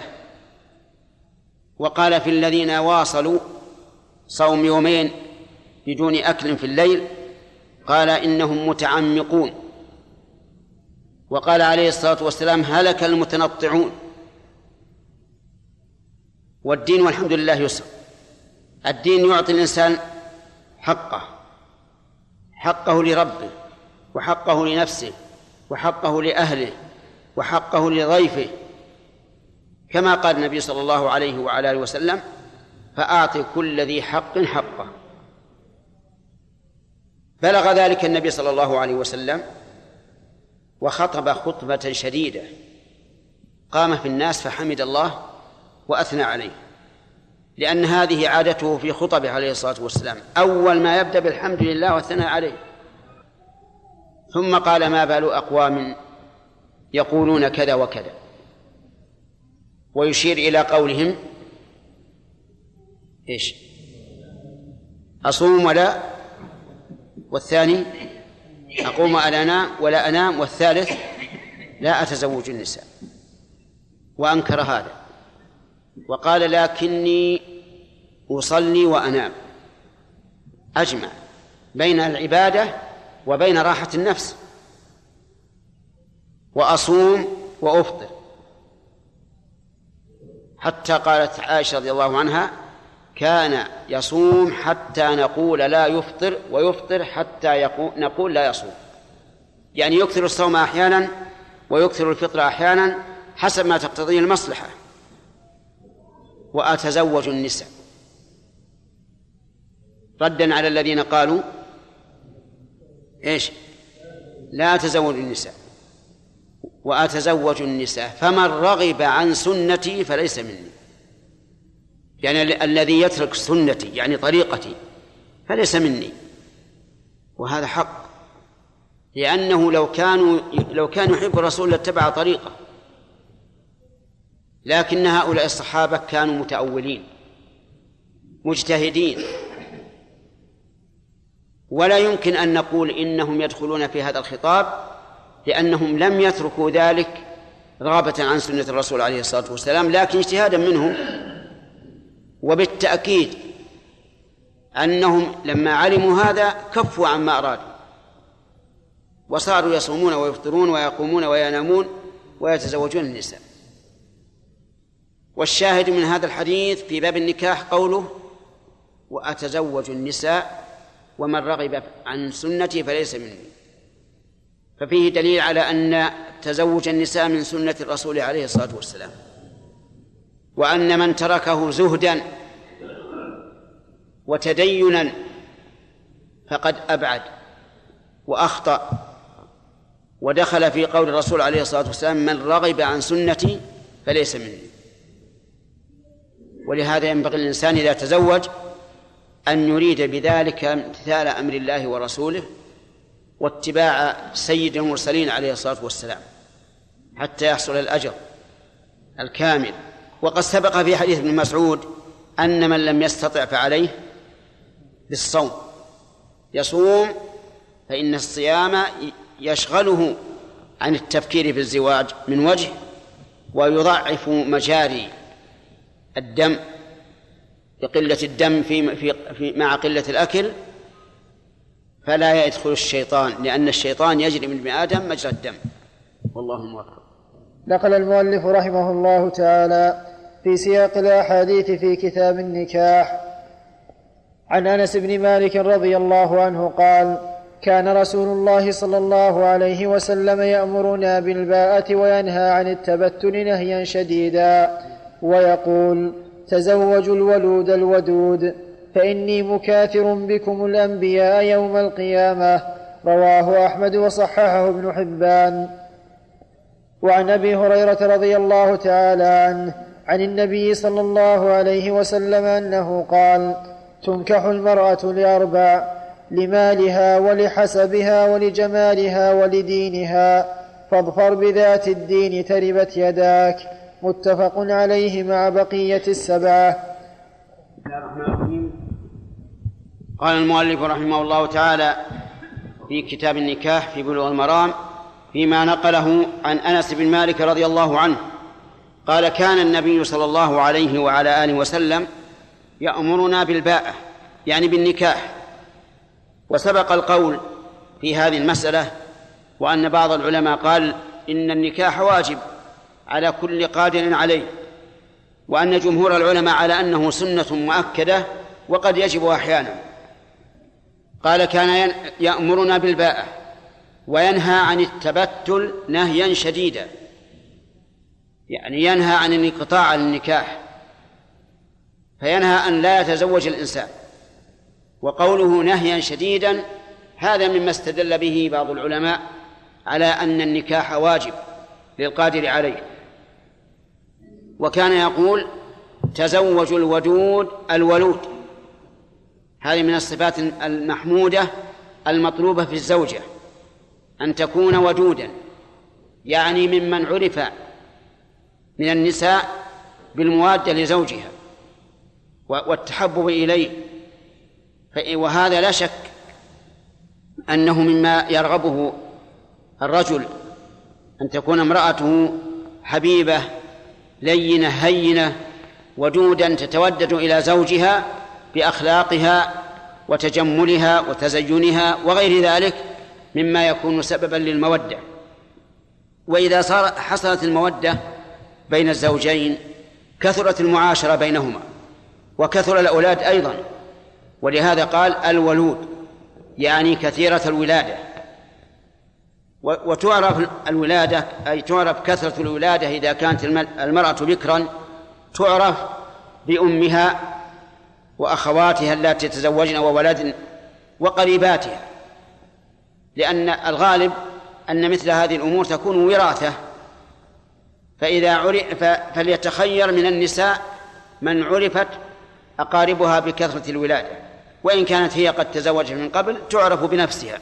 وقال في الذين واصلوا صوم يومين بدون أكل في الليل قال: إنهم متعمقون. وقال عليه الصلاة والسلام: هلك المتنطعون. والدين والحمد لله يسر. الدين يعطي الإنسان حقه، حقه لربه وحقه لنفسه وحقه لأهله وحقه لضيفه، كما قال النبي صلى الله عليه وعلى آله وسلم: فأعط كل ذي حق حقه. بلغ ذلك النبي صلى الله عليه وسلم وخطب خطبة شديدة، قام في الناس فحمد الله وأثنى عليه، لأن هذه عادته في خطبه عليه الصلاة والسلام، أول ما يبدأ بالحمد لله والثناء عليه. ثم قال: ما بال أقوام يقولون كذا وكذا، ويشير إلى قولهم: إيش؟ أصوم ولا، والثاني أقوم ولا أنام ولا أنام، والثالث لا أتزوج النساء. وأنكر هذا وقال: لكني أصلي وأنام. أجمع بين العبادة وبين راحة النفس. وأصوم وأفطر، حتى قالت عائشة رضي الله عنها: كان يصوم حتى نقول لا يفطر، ويفطر حتى نقول لا يصوم. يعني يكثر الصوم أحيانا ويكثر الفطر أحيانا حسب ما تقتضيه المصلحة. وأتزوج النساء، ردا على الذين قالوا: إيش؟ لا أتزوج النساء. وأتزوج النساء فمن رغب عن سنتي فليس مني. يعني الذي يترك سنتي يعني طريقتي فليس مني. وهذا حق، لأنه لو كانوا لو كان يحب الرسول لاتبع طريقه، لكن هؤلاء الصحابة كانوا متأولين مجتهدين، ولا يمكن أن نقول إنهم يدخلون في هذا الخطاب، لأنهم لم يتركوا ذلك رغبة عن سنة الرسول عليه الصلاة والسلام، لكن اجتهادا منهم. وبالتأكيد أنهم لما علموا هذا كفوا عما أرادوا، وصاروا يصومون ويفطرون ويقومون وينامون ويتزوجون النساء. والشاهد من هذا الحديث في باب النكاح قوله: وأتزوج النساء ومن رغب عن سنتي فليس مني. ففيه دليل على أن تزوج النساء من سنة الرسول عليه الصلاة والسلام، وأن من تركه زهدا وتدينا فقد أبعد وأخطأ، ودخل في قول الرسول عليه الصلاة والسلام: من رغب عن سنتي فليس مني. ولهذا ينبغي الإنسان إذا تزوج أن يريد بذلك امتثال أمر الله ورسوله واتباع سيد المرسلين عليه الصلاة والسلام حتى يحصل الأجر الكامل. وقد سبق في حديث ابن مسعود أن من لم يستطع فعليه بالصوم، يصوم فإن الصيام يشغله عن التفكير في الزواج من وجه، ويضعف مجاري الدم بقلة الدم في في في مع قلة الأكل، فلا يدخل الشيطان، لأن الشيطان يجري من ابن آدم مجرى الدم. والله موفق. نقل المؤلف رحمه الله تعالى في سياق الأحاديث في كتاب النكاح عن أنس بن مالك رضي الله عنه قال: كان رسول الله صلى الله عليه وسلم يأمرنا بالباءة وينهى عن التبتل نهيا شديدا، ويقول: تزوجوا الولود الودود فإني مكاثر بكم الأنبياء يوم القيامة. رواه أحمد وصححه ابن حبان. وعن أبي هريرة رضي الله تعالى عنه عن النبي صلى الله عليه وسلم أنه قال: تنكح المرأة لأربع: لمالها ولحسبها ولجمالها ولدينها، فاظفر بذات الدين تربت يداك. متفق عليه مع بقية السبعة. قال المؤلف رحمه الله تعالى في كتاب النكاح في بلوغ المرام فيما نقله عن أنس بن مالك رضي الله عنه قال: كان النبي صلى الله عليه وعلى آله وسلم يأمرنا بالباءة، يعني بالنكاح. وسبق القول في هذه المسألة، وأن بعض العلماء قال إن النكاح واجب على كل قادر عليه، وأن جمهور العلماء على أنه سنة مؤكدة وقد يجب أحيانا. قال: كان يأمرنا بالباءة وينهى عن التبتل نهيا شديدا، يعني ينهى عن الانقطاع عن النكاح، فينهى أن لا يتزوج الإنسان. وقوله نهيا شديدا هذا مما استدل به بعض العلماء على أن النكاح واجب للقادر عليه. وكان يقول: تزوجوا الودود الولود. هذه من الصفات المحمودة المطلوبة في الزوجة، أن تكون ودودا، يعني ممن عرف من النساء بالموادة لزوجها والتحبب إليه. وهذا لا شك أنه مما يرغبه الرجل، أن تكون امرأته حبيبة لينة هينة ودودا تتودد إلى زوجها بأخلاقها وتجملها وتزينها وغير ذلك مما يكون سببا للمودة. وإذا صار حصلت المودة بين الزوجين كثرت المعاشرة بينهما وكثر الأولاد أيضا. ولهذا قال الولود، يعني كثيرة الولادة. وتعرف الولادة أي تعرف كثرة الولادة إذا كانت المرأة بكرا تعرف بأمها وأخواتها التي تزوجن وولدن وقريباتها، لأن الغالب أن مثل هذه الأمور تكون وراثة. فإذا عرف فليتخير من النساء من عرفت أقاربها بكثرة الولادة، وإن كانت هي قد تزوجت من قبل تعرف بنفسها.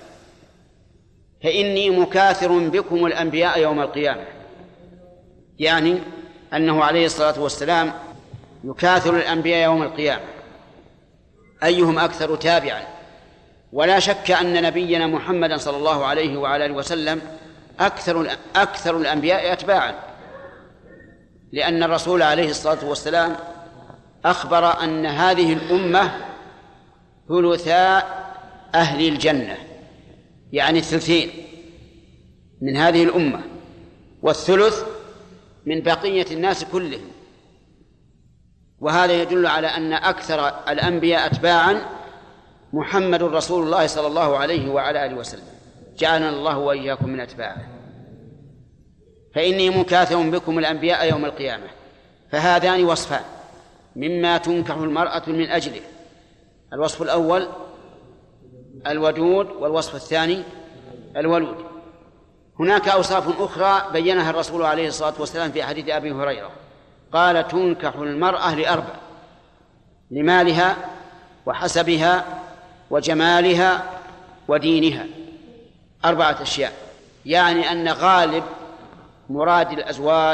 فإني مكاثر بكم الأنبياء يوم القيامة، يعني أنه عليه الصلاة والسلام يكاثر الأنبياء يوم القيامة أيهم أكثر تابعا، ولا شك أن نبينا محمدا صلى الله عليه وعلى آله وسلم أكثر أكثر الأنبياء أتباعا، لأن الرسول عليه الصلاة والسلام أخبر أن هذه الأمة ثلثاء أهل الجنة، يعني الثلثين من هذه الأمة، والثلث من بقية الناس كلهم. وهذا يدل على أن أكثر الأنبياء أتباعا محمد رسول الله صلى الله عليه وعلى آله وسلم، جعلنا الله وإياكم من أتباعه. فإني مكاثر بكم الأنبياء يوم القيامة. فهذان وصفان مما تنكح المرأة من أجله: الوصف الأول الودود، والوصف الثاني الولود. هناك أوصاف أخرى بيّنها الرسول عليه الصلاة والسلام في حديث أبي هريرة، قال: تنكح المرأة لأربع: لمالها وحسبها وجمالها ودينها. أربعة أشياء، يعني أن غالب مراد الأزواج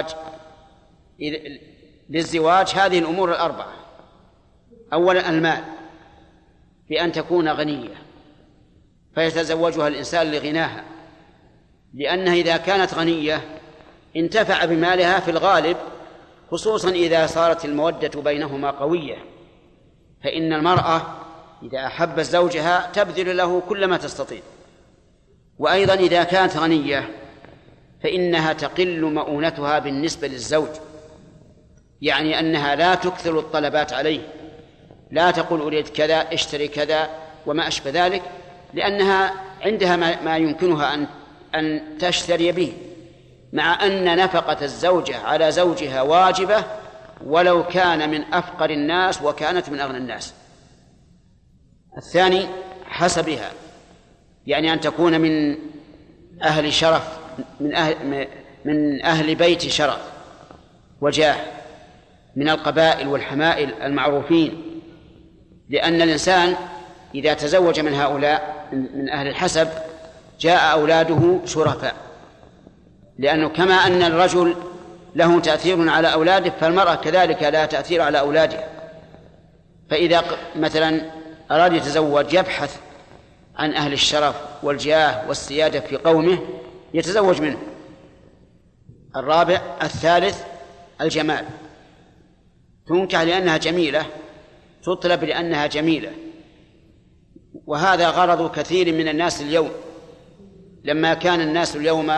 للزواج هذه الأمور الأربعة. أولا المال، بأن تكون غنية فيتزوجها الإنسان لغناها، لأنها إذا كانت غنية انتفع بمالها في الغالب، خصوصا إذا صارت المودة بينهما قوية، فإن المرأة إذا أحبت زوجها تبذل له كل ما تستطيع. وأيضا إذا كانت غنية فإنها تقل مؤونتها بالنسبة للزوج، يعني أنها لا تكثر الطلبات عليه، لا تقول أريد كذا اشتري كذا وما أشبه ذلك، لأنها عندها ما يمكنها أن أن تشتري به، مع أن نفقة الزوجة على زوجها واجبة ولو كان من أفقر الناس وكانت من أغنى الناس. الثاني حسبها، يعني أن تكون من أهل شرف، من أهل, من أهل بيت شرف وجاه، من القبائل والحمائل المعروفين، لأن الإنسان إذا تزوج من هؤلاء من أهل الحسب جاء أولاده شرفاء، لأنه كما أن الرجل له تأثير على أولاده فالمرأة كذلك لها تأثير على أولادها. فإذا مثلا أراد يتزوج يبحث عن أهل الشرف والجاه والسيادة في قومه يتزوج منه. الرابع الثالث الجمال، تنكح لأنها جميلة، تطلب لأنها جميلة. وهذا غرض كثير من الناس اليوم، لما كان الناس اليوم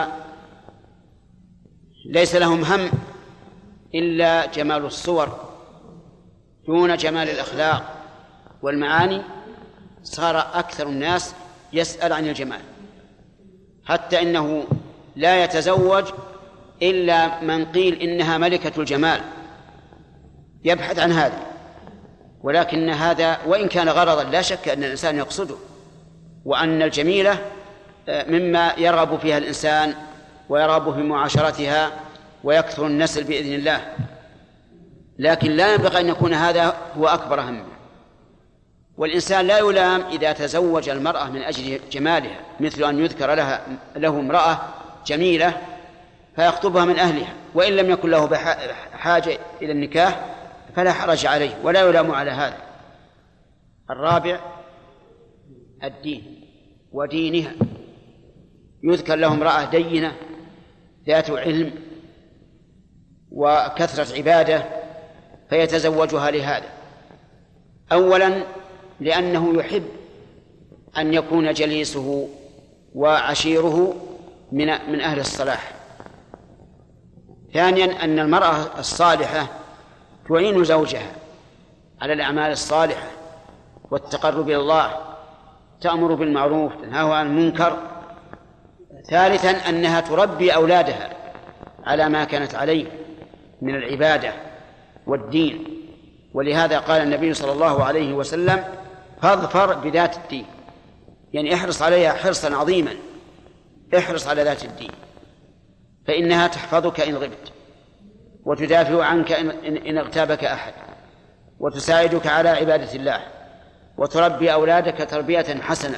ليس لهم هم إلا جمال الصور دون جمال الأخلاق والمعاني، صار أكثر الناس يسأل عن الجمال، حتى إنه لا يتزوج إلا من قيل إنها ملكة الجمال، يبحث عن هذا. ولكن هذا وإن كان غرضا لا شك أن الإنسان يقصده، وأن الجميلة مما يرغب فيها الإنسان ويرغب في معاشرتها ويكثر النسل بإذن الله، لكن لا ينبغي أن يكون هذا هو أكبر همه. والإنسان لا يلام إذا تزوج المرأة من أجل جمالها، مثل أن يذكر لها له امرأة جميلة فيخطبها من أهلها، وإن لم يكن له حاجة إلى النكاح فلا حرج عليه ولا يلام على هذا. الرابع الدين ودينها، يذكر له امرأة دينة ذات علم وكثرة عبادة فيتزوجها لهذا. أولا لأنه يحب أن يكون جليسه وعشيره من من أهل الصلاح. ثانيا أن المرأة الصالحة تعين زوجها على الأعمال الصالحة والتقرب إلى الله، تأمر بالمعروف تنهى عن المنكر. ثالثا أنها تربي أولادها على ما كانت عليه من العبادة والدين، ولهذا قال النبي صلى الله عليه وسلم: فاظفر بذات الدين، يعني احرص عليها حرصا عظيما، احرص على ذات الدين، فإنها تحفظك إن غبت، وتدافع عنك إن اغتابك أحد، وتساعدك على عبادة الله، وتربي أولادك تربية حسنة،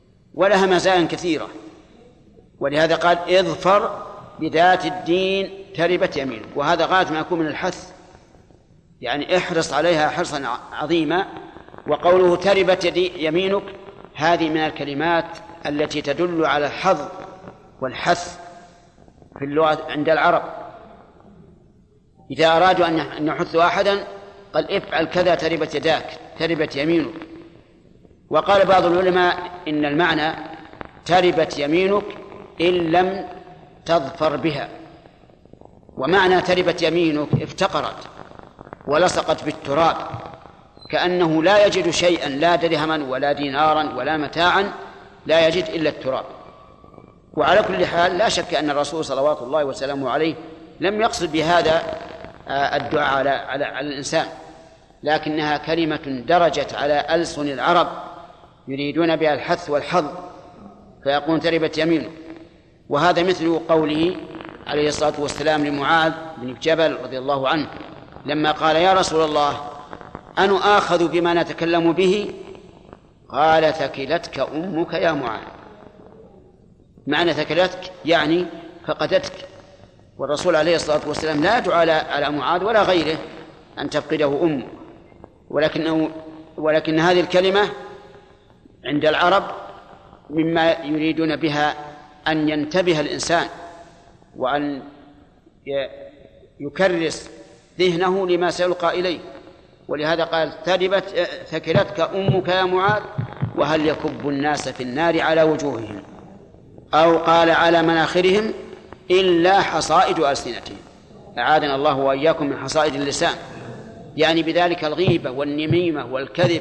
ولها مزايا كثيرة. ولهذا قال: اظفر بذات الدين تربت يمينك، وهذا غاية ما يكون من الحث، يعني احرص عليها حرصا عظيما. وقوله تربت يمينك هذه من الكلمات التي تدل على الحظ والحث في اللغة عند العرب. إذا أرادوا أن يحثوا أحدا قال افعل كذا تربت يداك، تربت يمينك. وقال بعض العلماء إن المعنى تربت يمينك إن لم تظفر بها، ومعنى تربت يمينك افتقرت ولصقت بالتراب، كأنه لا يجد شيئا، لا درهما ولا دينارا ولا متاعا، لا يجد إلا التراب. وعلى كل حال لا شك أن الرسول صلوات الله وسلامه عليه لم يقصد بهذا الدعاء على, على, على الإنسان، لكنها كلمة درجت على ألسن العرب يريدون بها الحث والحظ، فيقول تربت يمينه. وهذا مثل قوله عليه الصلاة والسلام لمعاذ بن جبل رضي الله عنه لما قال يا رسول الله أنا آخذ بما نتكلم به؟ قال ثكلتك أمك يا معاذ. معنى ثكلتك يعني فقدتك، والرسول عليه الصلاة والسلام لا يدعو على معاذ ولا غيره أن تفقده أمه، ولكنه ولكن هذه الكلمة عند العرب مما يريدون بها أن ينتبه الإنسان وأن يكرس ذهنه لما سيلقى إليه. ولهذا قال تربت ثكلتك أمك يا معاذ وهل يكب الناس في النار على وجوههم، أو قال على مناخرهم إلا حصائد ألسنتهم. أعاذنا الله وإياكم من حصائد اللسان، يعني بذلك الغيبة والنميمة والكذب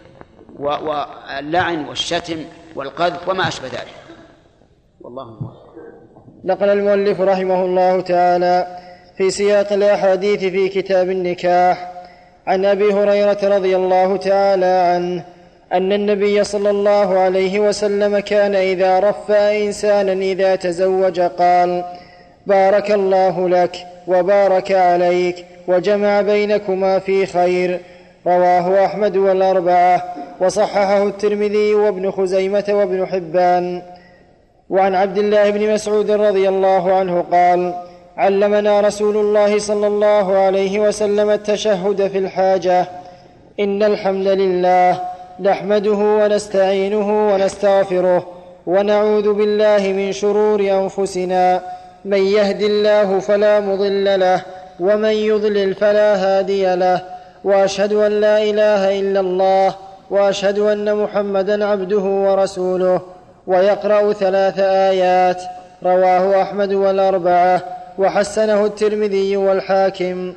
واللعن والشتم والقذف وما أشبه ذلك. والله الله. نقل المؤلف رحمه الله تعالى في سياق الأحاديث في كتاب النكاح عن أبي هريرة رضي الله تعالى عنه أن النبي صلى الله عليه وسلم كان إذا رفع إنسانا إذا تزوج قال بارك الله لك وبارك عليك وجمع بينكما في خير. رواه أحمد والأربعة وصححه الترمذي وابن خزيمة وابن حبان. وعن عبد الله بن مسعود رضي الله عنه قال علمنا رسول الله صلى الله عليه وسلم التشهد في الحاجة: إن الحمد لله نحمده ونستعينه ونستغفره ونعوذ بالله من شرور أنفسنا، من يهد الله فلا مضل له ومن يضلل فلا هادي له، وأشهد أن لا إله إلا الله وأشهد أن محمدا عبده ورسوله. ويقرأ ثلاث آيات. رواه أحمد والأربعة وحسنه الترمذي والحاكم.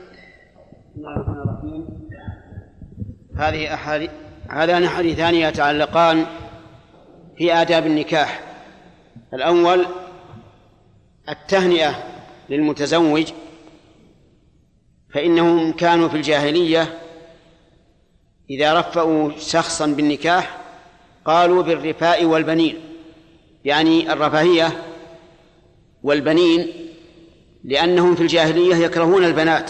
هذه أحاديث هذان حديثان يتعلقان في آداب النكاح. الأول التهنئة للمتزوج، فإنهم كانوا في الجاهلية إذا رفعوا شخصا بالنكاح قالوا بالرفاء والبنين، يعني الرفاهية والبنين، لأنهم في الجاهلية يكرهون البنات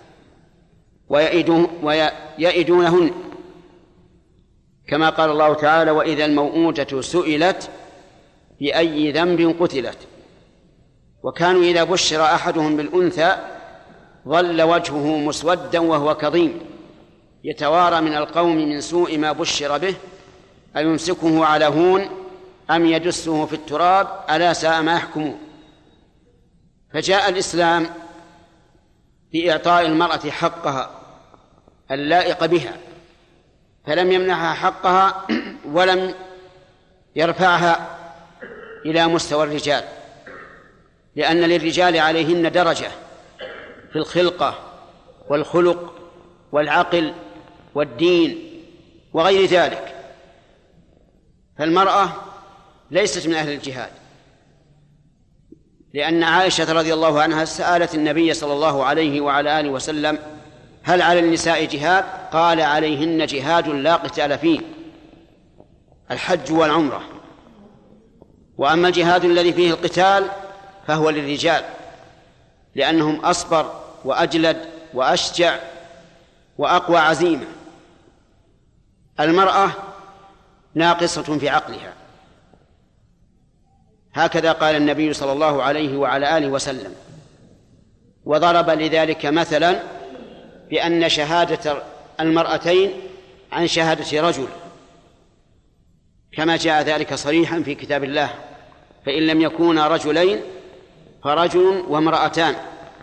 ويئدونهن، كما قال الله تعالى وإذا الموءودة سئلت بأي ذنب قتلت. وكانوا إذا بشر أحدهم بالأنثى ظل وجهه مسودا وهو كظيم يتوارى من القوم من سوء ما بشر به أيمسكه على هون أم يدسه في التراب ألا ساء ما يحكمون. فجاء الإسلام بإعطاء المرأة حقها اللائق بها، فلم يمنحها حقها ولم يرفعها إلى مستوى الرجال، لأن للرجال عليهن درجة في الخلقة والخلق والعقل والدين وغير ذلك. فالمرأة ليست من أهل الجهاد، لأن عائشة رضي الله عنها سألت النبي صلى الله عليه وعلى آله وسلم هل على النساء جهاد؟ قال عليهن جهاد لا قتال فيه، الحج والعمرة. وأما الجهاد الذي فيه القتال فهو للرجال، لأنهم أصبر وأجلد وأشجع وأقوى عزيمة. المرأة ناقصة في عقلها، هكذا قال النبي صلى الله عليه وعلى آله وسلم. وضرب لذلك مثلا بأن شهادة المرأتين عن شهادة رجل، كما جاء ذلك صريحا في كتاب الله: فإن لم يكونا رجلين فرجل وامرأتان.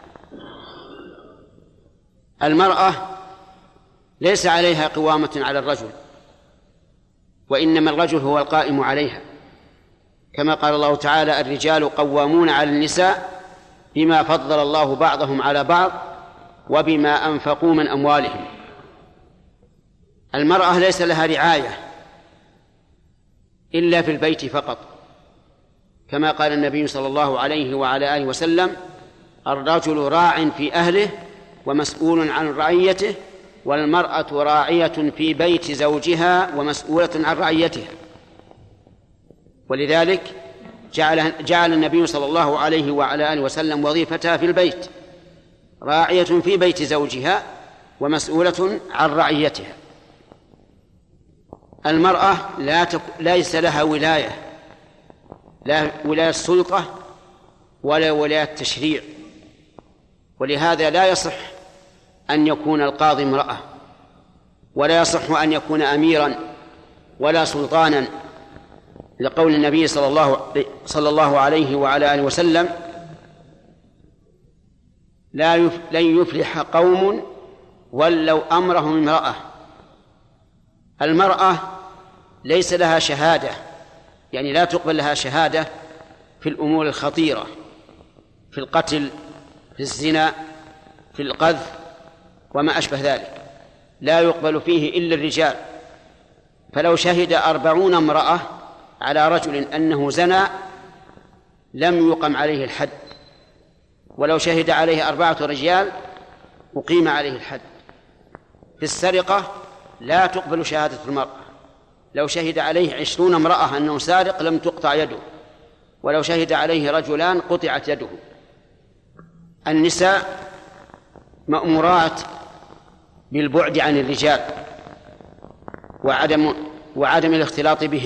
المرأة ليس عليها قوامة على الرجل، وإنما الرجل هو القائم عليها، كما قال الله تعالى: الرجال قوامون على النساء بما فضل الله بعضهم على بعض وبما أنفقوا من أموالهم. المرأة ليس لها رعاية إلا في البيت فقط، كما قال النبي صلى الله عليه وعلى آله وسلم: الرجل راع في أهله ومسؤول عن رعيته، والمرأة راعية في بيت زوجها ومسؤولة عن رعيتها. ولذلك جعل, جعل النبي صلى الله عليه وعلى آله وسلم وظيفتها في البيت راعية في بيت زوجها ومسؤولة عن رعيتها. المرأة لا تك... ليس لها ولاية، لا ولاية سلطة ولا ولاية تشريع، ولهذا لا يصح أن يكون القاضي امرأة، ولا يصح أن يكون أميرا ولا سلطانا، لقول النبي صلى الله صلى الله عليه وعلى آله وسلم: لا يف... لن يفلح قوم ولوا أمرهم امرأة. المرأة ليس لها شهادة، يعني لا تقبل لها شهادة في الأمور الخطيرة، في القتل، في الزنا، في القذف وما أشبه ذلك، لا يقبل فيه إلا الرجال. فلو شهد أربعون امرأة على رجل أنه زنى لم يقم عليه الحد، ولو شهد عليه أربعة رجال أقيم عليه الحد. في السرقة لا تقبل شهادة المرأة، لو شهد عليه عشرون امرأة أنه سارق لم تقطع يده، ولو شهد عليه رجلان قطعت يده. النساء مأمورات بالبعد عن الرجال وعدم وعدم الاختلاط بهم،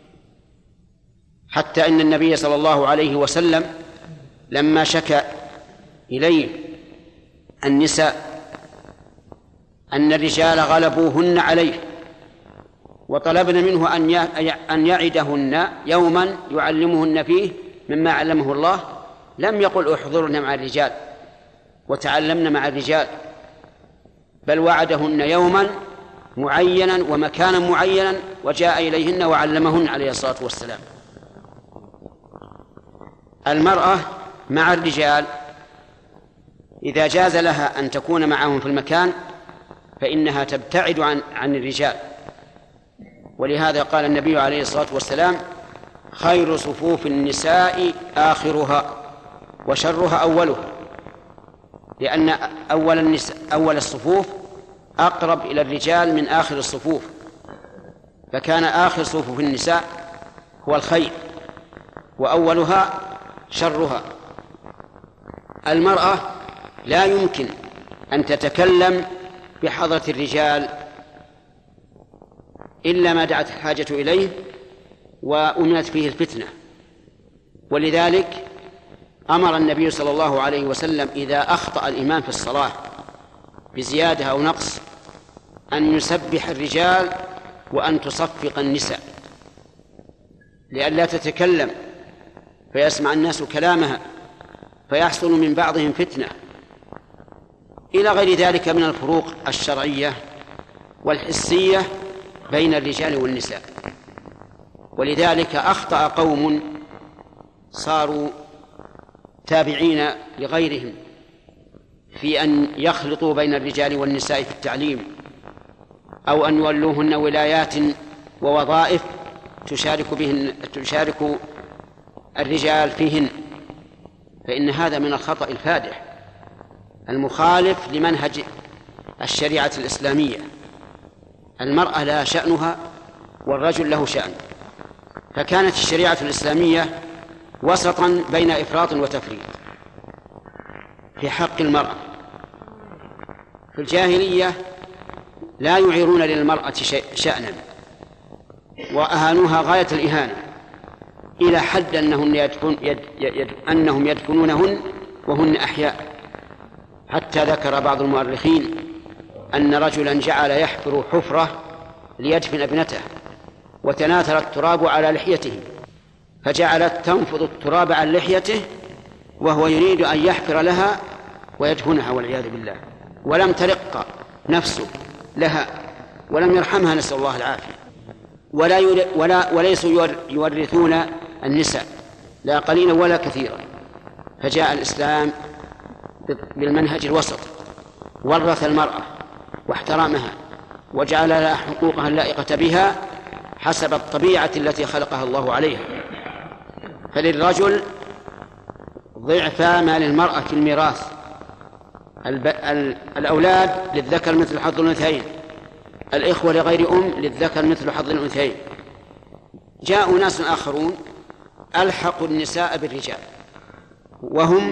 حتى إن النبي صلى الله عليه وسلم لما شكى إليه النساء أن الرجال غلبوهن عليه وطلبنا منه أن يعدهن يوما يعلمهن فيه مما علمه الله، لم يقل احضرن مع الرجال وتعلمن مع الرجال، بل وعدهن يوما معينا ومكانا معينا وجاء إليهن وعلمهن عليه الصلاة والسلام. المرأة مع الرجال إذا جاز لها أن تكون معهم في المكان فإنها تبتعد عن عن الرجال، ولهذا قال النبي عليه الصلاة والسلام: خير صفوف النساء آخرها وشرها أولها، لأن أول النساء أول الصفوف أقرب إلى الرجال من آخر الصفوف، فكان آخر صفوف النساء هو الخير وأولها شرها. المرأة لا يمكن أن تتكلم بحضرة الرجال إلا ما دعت الحاجة إليه وأمنت فيه الفتنة، ولذلك أمر النبي صلى الله عليه وسلم إذا أخطأ الإمام في الصلاة بزيادة أو نقص أن يسبح الرجال وأن تصفق النساء لئلا تتكلم فيسمع الناس كلامها فيحصل من بعضهم فتنة، إلى غير ذلك من الفروق الشرعية والحسية بين الرجال والنساء. ولذلك أخطأ قوم صاروا تابعين لغيرهم في أن يخلطوا بين الرجال والنساء في التعليم، أو أن يولوهن ولايات ووظائف تشارك بهن تشارك الرجال فيهن، فإن هذا من الخطأ الفادح المخالف لمنهج الشريعة الإسلامية. المرأة لها شأنها والرجل له شأن، فكانت الشريعة الإسلامية وسطا بين إفراط وتفريط في حق المرأة. في الجاهلية لا يعيرون للمرأة شأنا وأهانوها غاية الإهانة، إلى حد أنهم, يدفن يد يد أنهم يدفنونهن وهن أحياء حتى ذكر بعض المؤرخين أن رجلا جعل يحفر حفرة ليدفن ابنته، وتناثر التراب على لحيته، فجعلت تنفض التراب عن لحيته وهو يريد أن يحفر لها ويدفنها والعياذ بالله، ولم ترق نفسه لها ولم يرحمها، نسأل الله العافية. ولا, ولا وليسوا يورثون النساء لا قليلا ولا كثيرا، فجاء الإسلام بالمنهج الوسط، ورث المرأة واحترمها وجعل لها حقوقها اللائقة بها حسب الطبيعة التي خلقها الله عليها. فللرجل ضعف ما للمرأة في الميراث، الأولاد للذكر مثل حظ الأنثيين، الإخوة لغير أم للذكر مثل حظ الأنثيين. جاءوا ناس آخرون ألحقوا النساء بالرجال، وهم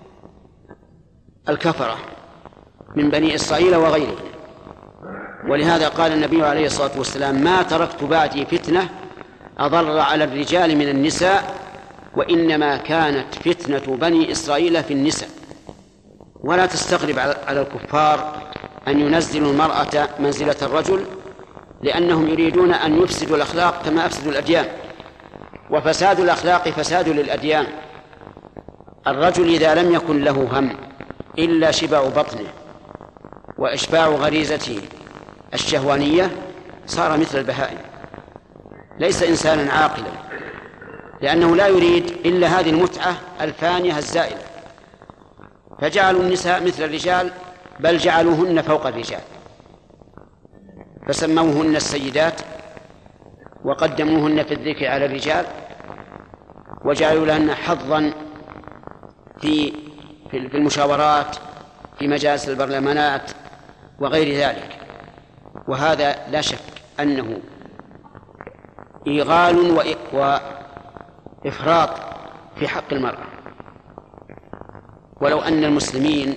الكفرة من بني إسرائيل وغيرهم. ولهذا قال النبي عليه الصلاة والسلام: ما تركت بعدي فتنة أضر على الرجال من النساء، وإنما كانت فتنة بني إسرائيل في النساء. ولا تستغرب على الكفار أن ينزلوا المرأة منزلة الرجل، لأنهم يريدون أن يفسدوا الأخلاق كما أفسدوا الأديان، وفساد الأخلاق فساد للأديان. الرجل إذا لم يكن له هم إلا شبع بطنه وإشباع غريزته الشهوانية صار مثل البهائم، ليس إنسانا عاقلا، لأنه لا يريد إلا هذه المتعة الفانية الزائلة. فجعلوا النساء مثل الرجال، بل جعلوهن فوق الرجال، فسموهن السيدات وقدموهن في الذكر على الرجال، وجعلوا لهن حظا في في المشاورات في مجالس البرلمانات وغير ذلك. وهذا لا شك أنه إيغال وإفراط في حق المرأة. ولو أن المسلمين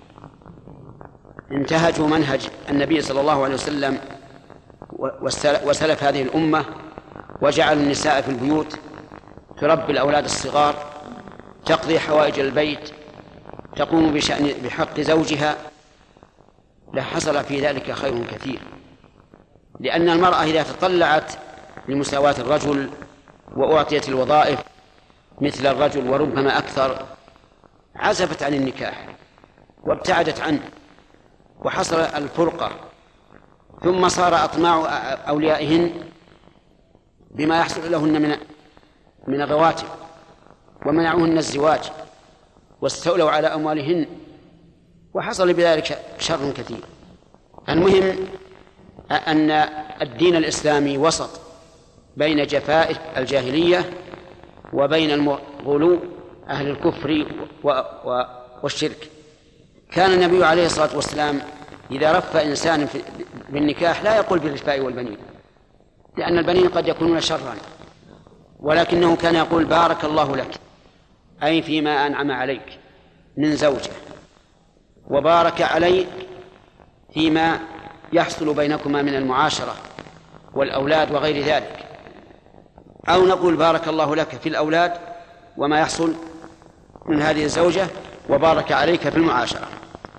انتهجوا منهج النبي صلى الله عليه وسلم وسلف هذه الأمة وجعلوا النساء في البيوت تربي الأولاد الصغار، تقضي حوائج البيت، تقوم بشأن بحق زوجها، لحصل في ذلك خير كثير. لأن المرأة إذا تطلعت لمساواة الرجل وأعطيت الوظائف مثل الرجل وربما أكثر، عزفت عن النكاح وابتعدت عنه وحصل الفرقة، ثم صار أطماع أوليائهن بما يحصل لهن من من الرواتب ومنعوهن الزواج واستولوا على أموالهن، وحصل بذلك شر كثير. المهم أن الدين الإسلامي وسط بين جفاء الجاهلية وبين غلو أهل الكفر والشرك. كان النبي عليه الصلاة والسلام إذا رفع إنسان بالنكاح لا يقول بالرفاء والبنين، لأن البنين قد يكونون شرا، ولكنه كان يقول: بارك الله لك، أي فيما أنعم عليك من زوجة، وبارك عليك فيما يحصل بينكما من المعاشرة والأولاد وغير ذلك. أو نقول: بارك الله لك في الأولاد وما يحصل من هذه الزوجة، وبارك عليك في المعاشرة،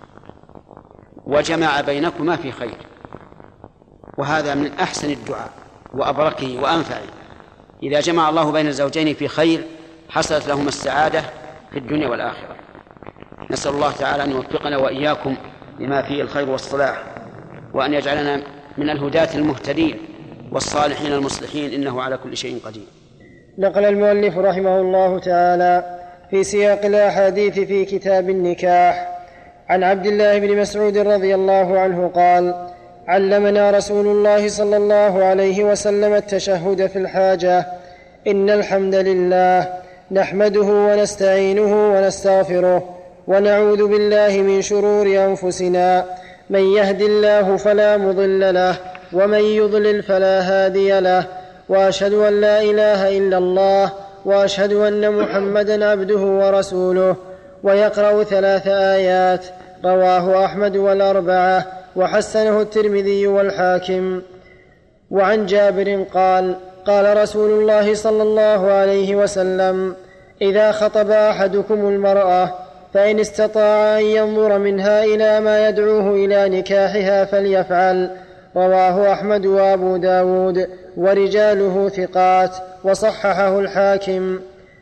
وجمع بينكما في خير. وهذا من أحسن الدعاء وأبركه وأنفعه. إذا جمع الله بين الزوجين في خير حصلت لهما السعادة في الدنيا والآخرة. نسأل الله تعالى أن يوفقنا وإياكم لما فيه الخير والصلاح، وأن يجعلنا من الهداة المهتدين والصالحين المصلحين، إنه على كل شيء قدير. نقل المؤلف رحمه الله تعالى في سياق الأحاديث في كتاب النكاح عن عبد الله بن مسعود رضي الله عنه قال: علمنا رسول الله صلى الله عليه وسلم التشهد في الحاجة: إن الحمد لله نحمده ونستعينه ونستغفره ونعوذ بالله من شرور أنفسنا، من يهد الله فلا مضل له ومن يضلل فلا هادي له، وأشهد أن لا إله إلا الله وأشهد أن محمدا عبده ورسوله. ويقرأ ثلاث آيات. رواه أحمد والأربعة وحسنه الترمذي والحاكم. وعن جابر قال: قال رسول الله صلى الله عليه وسلم: إذا خطب أحدكم المرأة فإن استطاع أن ينظر منها إلى ما يدعوه إلى نكاحها فليفعل. رواه أحمد وأبو داود ورجاله ثقات وصححه الحاكم.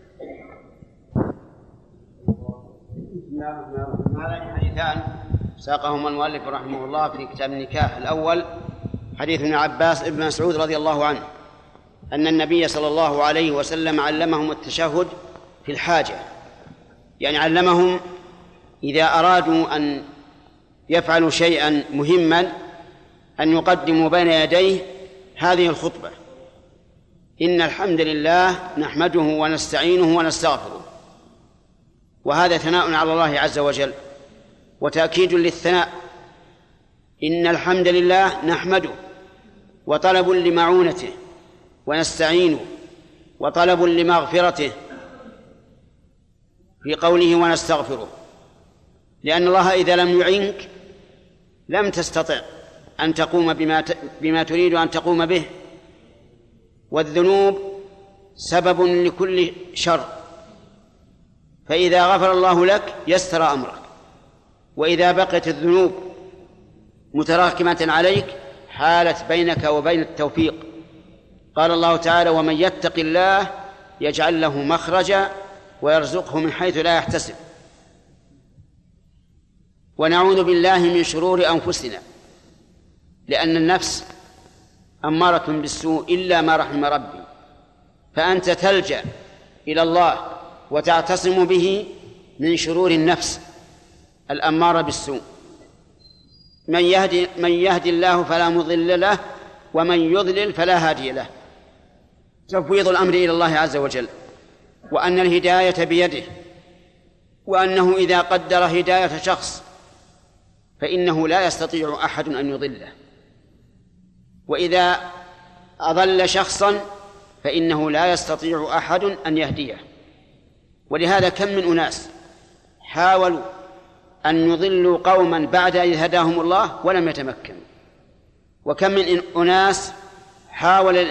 هذان حديثان ساقهما المؤلف رحمه الله في كتاب النكاح. الأول حديث ابن عباس ابن مسعود رضي الله عنه أن النبي صلى الله عليه وسلم علمهم التشهد في الحاجة، يعني علمهم إذا أرادوا أن يفعلوا شيئا مهما أن يقدموا بين يديه هذه الخطبة: إن الحمد لله نحمده ونستعينه ونستغفره. وهذا ثناء على الله عز وجل وتأكيد للثناء. إن الحمد لله نحمده وطلب لمعونته، ونستعينه وطلب لمغفرته في قوله ونستغفره، لأن الله إذا لم يعنك لم تستطع أن تقوم بما بما تريد أن تقوم به. والذنوب سبب لكل شر، فإذا غفر الله لك يسر أمرك، وإذا بقيت الذنوب متراكمة عليك حالت بينك وبين التوفيق. قال الله تعالى: ومن يتق الله يجعل له مخرجا ويرزقه من حيث لا يحتسب. ونعوذ بالله من شرور أنفسنا، لأن النفس أمارة بالسوء إلا ما رحم ربي، فأنت تلجأ إلى الله وتعتصم به من شرور النفس الأمارة بالسوء. من يهدي, من يهدي الله فلا مضل له ومن يضلل فلا هادي له. تفويض الأمر إلى الله عز وجل، وأن الهداية بيده، وأنه إذا قدر هداية شخص فإنه لا يستطيع أحد أن يضله، وإذا أضل شخصا فإنه لا يستطيع أحد أن يهديه. ولهذا كم من أناس حاولوا أن يضلوا قوما بعد إذ هداهم الله ولم يتمكنوا، وكم من أناس حاول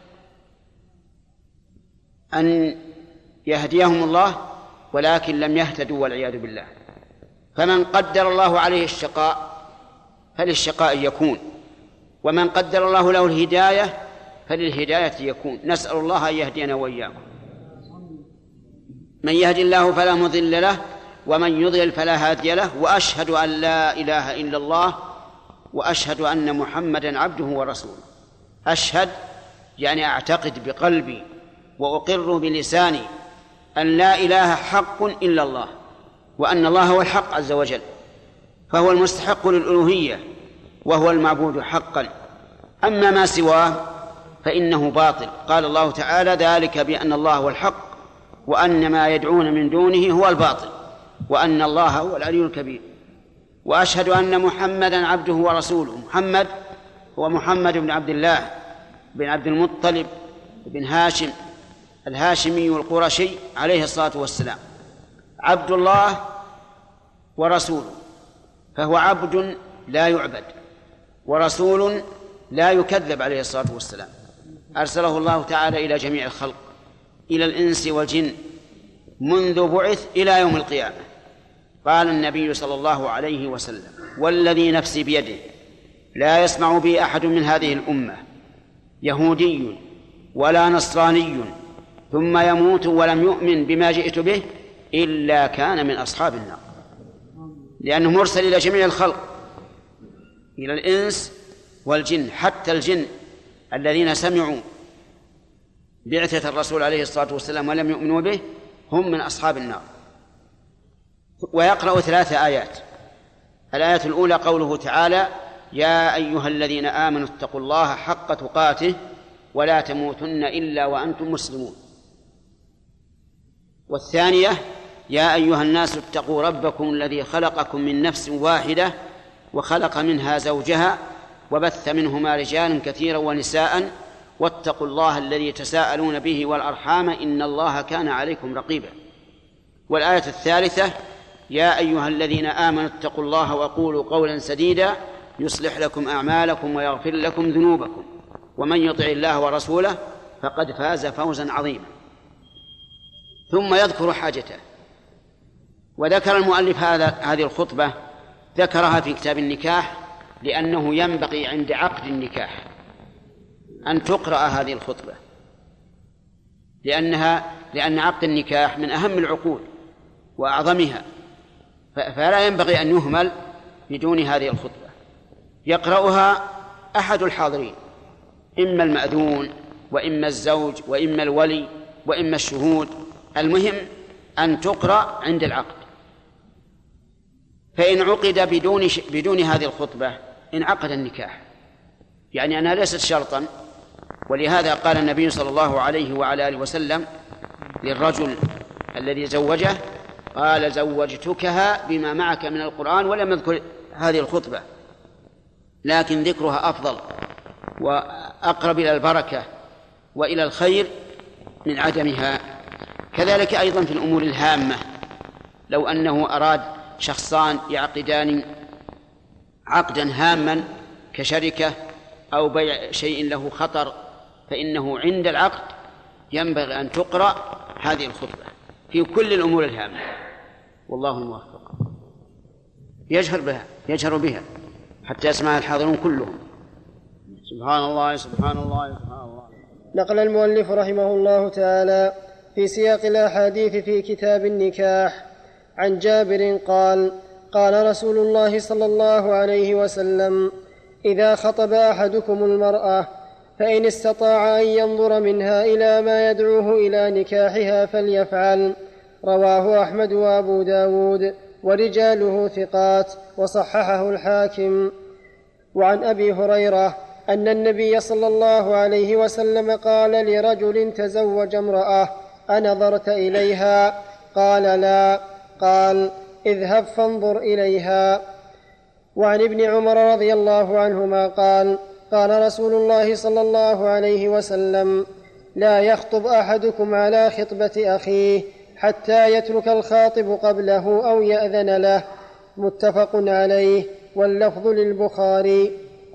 أن يهديهم الله ولكن لم يهتدوا والعياذ بالله. فمن قدر الله عليه الشقاء فللشقاء يكون، ومن قدر الله له الهداية فللهداية يكون. نسأل الله أن يهدينا وإياكم. من يهدي الله فلا مضل له ومن يضلل فلا هادي له. وأشهد أن لا إله إلا الله وأشهد أن محمدا عبده ورسوله. أشهد يعني أعتقد بقلبي وأقر بلساني أن لا إله حق إلا الله، وأن الله هو الحق عز وجل، فهو المستحق للألوهية وهو المعبود حقا. أما ما سواه فإنه باطل. قال الله تعالى: ذلك بأن الله هو الحق وأن ما يدعون من دونه هو الباطل وأن الله هو العلي الكبير. وأشهد أن محمدا عبده ورسوله. محمد هو محمد بن عبد الله بن عبد المطلب بن هاشم الهاشمي القرشي عليه الصلاة والسلام، عبد الله ورسوله، فهو عبد لا يعبد ورسول لا يكذب عليه الصلاة والسلام. أرسله الله تعالى إلى جميع الخلق، إلى الإنس والجن، منذ بعث إلى يوم القيامة. قال النبي صلى الله عليه وسلم: والذي نفسي بيده لا يسمع بي أحد من هذه الأمة يهودي ولا نصراني ثم يموت ولم يؤمن بما جئت به إلا كان من أصحاب النار. لأنه مرسل إلى جميع الخلق، إلى الإنس والجن، حتى الجن الذين سمعوا بعثة الرسول عليه الصلاة والسلام ولم يؤمنوا به هم من أصحاب النار. ويقرأ ثلاث آيات. الآية الأولى قوله تعالى: يا أيها الذين آمنوا اتقوا الله حق تقاته ولا تموتن إلا وأنتم مسلمون. والثانية: يا أيها الناس اتقوا ربكم الذي خلقكم من نفس واحدة وخلق منها زوجها وبث منهما رجالا كثيرا ونساء واتقوا الله الذي تساءلون به والأرحام إن الله كان عليكم رقيبا. والآية الثالثة: يا أيها الذين آمنوا اتقوا الله وقولوا قولا سديدا يصلح لكم أعمالكم ويغفر لكم ذنوبكم ومن يطع الله ورسوله فقد فاز فوزا عظيما. ثم يذكر حاجته وذكر المؤلف هذا هذه الخطبة ذكرها في كتاب النكاح لأنه ينبغي عند عقد النكاح أن تقرأ هذه الخطبة، لأنها لأن عقد النكاح من أهم العقود وأعظمها، فلا ينبغي أن يهمل بدون هذه الخطبة. يقرأها أحد الحاضرين، إما المأذون وإما الزوج وإما الولي وإما الشهود، المهم أن تقرأ عند العقد. فإن عقد بدون بدون هذه الخطبة انعقد النكاح، يعني أنها ليست شرطا. ولهذا قال النبي صلى الله عليه وعلى آله وسلم للرجل الذي زوجه، قال زوجتكها بما معك من القرآن، ولم يذكر هذه الخطبة، لكن ذكرها أفضل وأقرب إلى البركة وإلى الخير من عدمها. كذلك أيضا في الأمور الهامة، لو أنه أراد شخصان يعقدان عقدا هاما كشركة أو بيع شيء له خطر، فإنه عند العقد ينبغي أن تقرأ هذه الخطبة في كل الأمور الهامة، والله الموفق. يجهر بها يجهر بها حتى يسمعها الحاضرون كلهم. سبحان الله سبحان الله سبحان الله. نقل المؤلف رحمه الله تعالى في سياق الأحاديث في كتاب النكاح عن جابر قال: قال رسول الله صلى الله عليه وسلم: إذا خطب أحدكم المرأة فإن استطاع أن ينظر منها إلى ما يدعوه إلى نكاحها فليفعل. رواه أحمد وأبو داود ورجاله ثقات وصححه الحاكم. وعن أبي هريرة أن النبي صلى الله عليه وسلم قال لرجل تزوج امرأة: أنظرت إليها؟ قال: لا. قال: اذهب فانظر إليها. وعن ابن عمر رضي الله عنهما قال: قال رسول الله صلى الله عليه وسلم: لا يخطب أحدكم على خطبة أخيه حتى يترك الخاطب قبله أو يأذن له. متفق عليه، واللفظ للبخاري.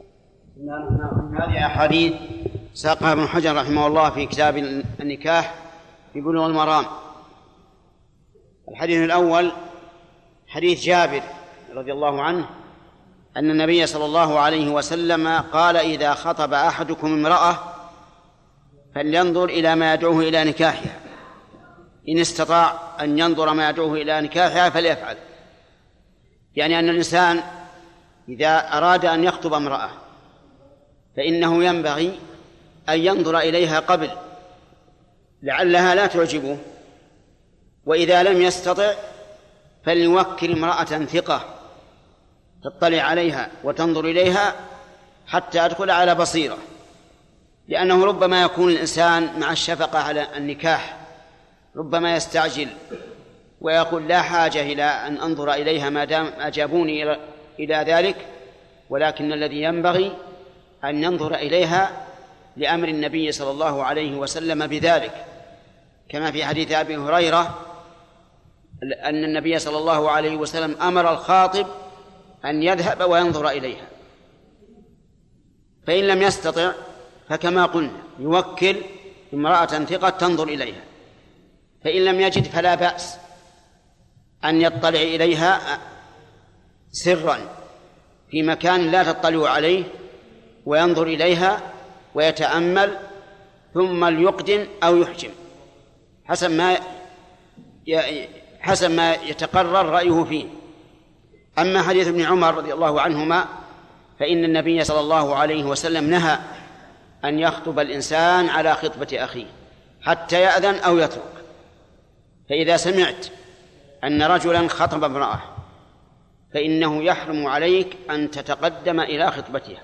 هذه أحاديث ساقها ابن حجر رحمه الله في كتاب النكاح في بلوغ المرام. الحديث الأول حديث جابر رضي الله عنه أن النبي صلى الله عليه وسلم قال: إذا خطب أحدكم امرأة فلينظر إلى ما يدعوه إلى نكاحها، إن استطاع أن ينظر ما يدعوه إلى نكاحها فليفعل. يعني أن الإنسان إذا أراد أن يخطب امرأة فإنه ينبغي أن ينظر إليها قبل، لعلها لا تعجبه، وإذا لم يستطع فليوكل امرأة ثقة تطلع عليها وتنظر إليها حتى أدخل على بصيرة، لأنه ربما يكون الإنسان مع الشفقة على النكاح ربما يستعجل ويقول: لا حاجة إلى أن أنظر إليها ما دام أجابوني إلى ذلك، ولكن الذي ينبغي أن ينظر إليها لأمر النبي صلى الله عليه وسلم بذلك، كما في حديث أبي هريرة أن النبي صلى الله عليه وسلم أمر الخاطب أن يذهب وينظر إليها، فإن لم يستطع فكما قلنا يوكل امرأة ثقة تنظر إليها، فإن لم يجد فلا بأس أن يطلع إليها سرا في مكان لا تطلع عليه وينظر إليها ويتأمل، ثم ليقدم أو يحجم حسب ما حسب ما يتقرر رأيه فيه. أما حديث ابن عمر رضي الله عنهما فإن النبي صلى الله عليه وسلم نهى أن يخطب الإنسان على خطبة أخيه حتى يأذن أو يترك. فإذا سمعت أن رجلا خطب امرأة فإنه يحرم عليك أن تتقدم إلى خطبتها،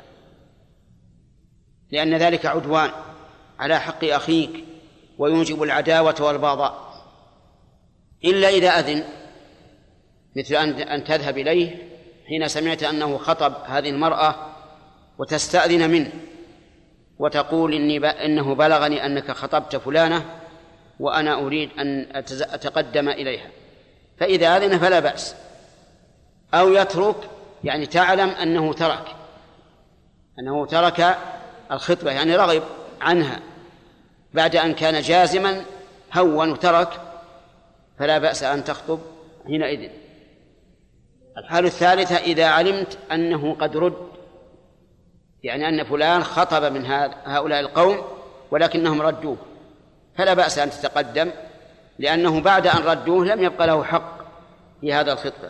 لأن ذلك عدوان على حق أخيك ويوجب العداوة والبغضاء، إلا إذا أذن، مثل أن تذهب إليه حين سمعت أنه خطب هذه المرأة وتستأذن منه وتقول: إني إنه بلغني أنك خطبت فلانة وأنا أريد أن أتقدم إليها، فإذا أذن فلا بأس. أو يترك، يعني تعلم أنه ترك أنه ترك الخطبة، يعني رغب عنها بعد أن كان جازما هون وترك، فلا بأس أن تخطب حينئذ. الحالة الثالثة إذا علمت أنه قد رد، يعني أن فلان خطب من هؤلاء القوم ولكنهم ردوه، فلا بأس أن تتقدم، لأنه بعد أن ردوه لم يبقى له حق في هذا الخطبة.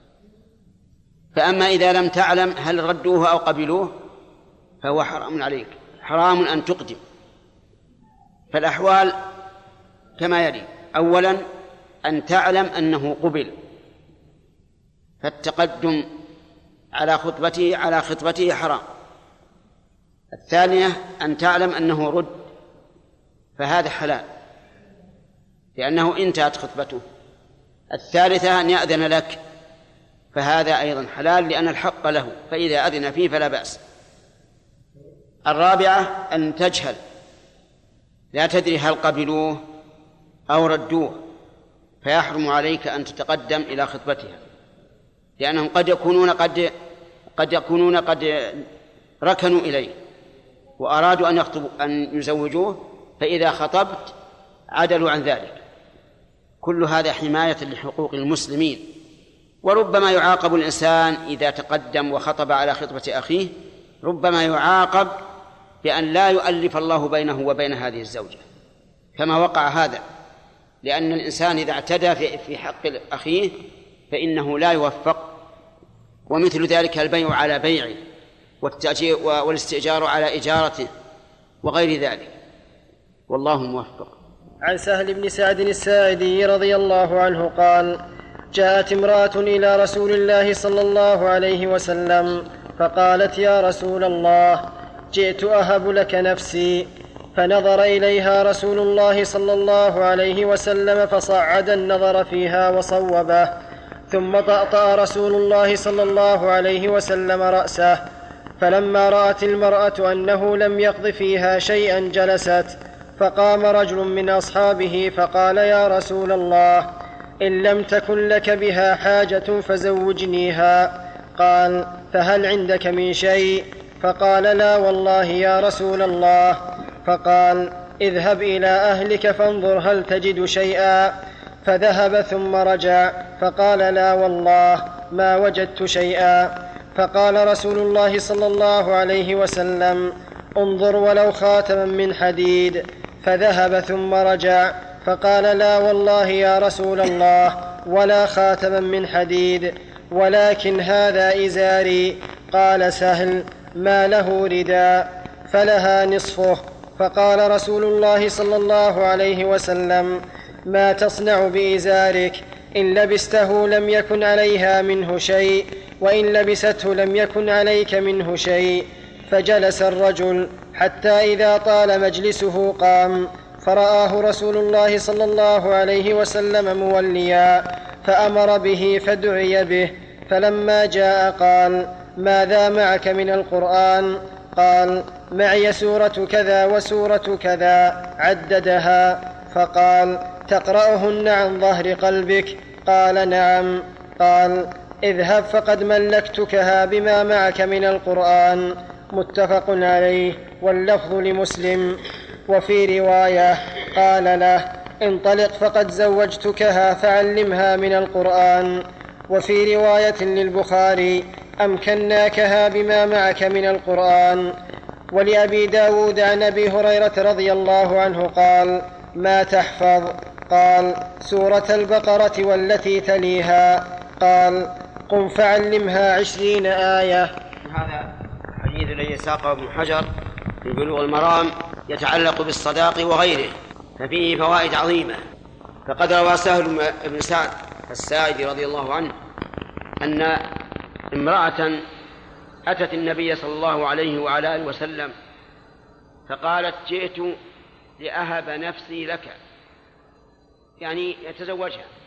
فأما إذا لم تعلم هل ردوه أو قبلوه فهو حرام عليك، حرام أن تقدم. فالأحوال كما يلي: أولا أن تعلم أنه قبل، فالتقدم على خطبته على خطبته حرام. الثانية أن تعلم أنه رد، فهذا حلال لأنه انتهت خطبته. الثالثة أن يأذن لك، فهذا أيضا حلال لأن الحق له، فإذا أذن فيه فلا بأس. الرابعة أن تجهل، لا تدري هل قبلوه أو ردوه، فيحرم عليك أن تتقدم إلى خطبتها، لأنهم قد يكونون قد قد يكونون قد ركنوا إليه وأرادوا أن يخطبوا أن يزوجوه، فإذا خطبت عدلوا عن ذلك. كل هذا حماية لحقوق المسلمين. وربما يعاقب الإنسان إذا تقدم وخطب على خطبة أخيه، ربما يعاقب بأن لا يؤلف الله بينه وبين هذه الزوجة كما وقع هذا، لأن الإنسان إذا اعتدى في حق أخيه فإنه لا يوفق. ومثل ذلك البيع على بيعه والاستئجار على إجارته وغير ذلك، والله موفق. عن سهل بن سعد الساعدي رضي الله عنه قال: جاءت امرأة إلى رسول الله صلى الله عليه وسلم فقالت: يا رسول الله، جئت أهب لك نفسي. فنظر إليها رسول الله صلى الله عليه وسلم فصعد النظر فيها وصوبه، ثم طأطأ رسول الله صلى الله عليه وسلم رأسه. فلما رأت المرأة أنه لم يقض فيها شيئا جلست، فقام رجل من أصحابه فقال: يا رسول الله، إن لم تكن لك بها حاجة فزوجنيها. قال: فهل عندك من شيء؟ فقال: لا والله يا رسول الله. فقال: اذهب إلى أهلك فانظر هل تجد شيئا. فذهب ثم رجع فقال: لا والله ما وجدت شيئا. فقال رسول الله صلى الله عليه وسلم: انظر ولو خاتما من حديد. فذهب ثم رجع فقال: لا والله يا رسول الله ولا خاتما من حديد، ولكن هذا إزاري. قال سهل: ما له رداء فلها نصفه. فقال رسول الله صلى الله عليه وسلم: ما تصنع بإزارك؟ إن لبسته لم يكن عليها منه شيء، وإن لبسته لم يكن عليك منه شيء. فجلس الرجل حتى إذا طال مجلسه قام، فرآه رسول الله صلى الله عليه وسلم موليا، فأمر به فدعي به. فلما جاء قال: ماذا معك من القرآن؟ قال: معي سورة كذا وسورة كذا، عددها. فقال: تقرأهن عن ظهر قلبك؟ قال: نعم. قال: اذهب فقد ملكتكها بما معك من القرآن. متفق عليه، واللفظ لمسلم. وفي رواية قال له: انطلق فقد زوجتكها فعلمها من القرآن. وفي رواية للبخاري: أمكناكها بما معك من القرآن. ولأبي داود عن أبي هريرة رضي الله عنه قال: ما تحفظ؟ قال: سورة البقرة والتي تليها. قال: قم فعلمها عشرين آية. هذا حديث الذي ساقه ابن حجر في بلوغ المرام يتعلق بالصداق وغيره، ففيه فوائد عظيمة. فقد روى سهل بن سعد الساعدي رضي الله عنه أن امرأة أتت النبي صلى الله عليه وعلى آله وسلم فقالت: جئت لأهب نفسي لك، يعني يتزوجها.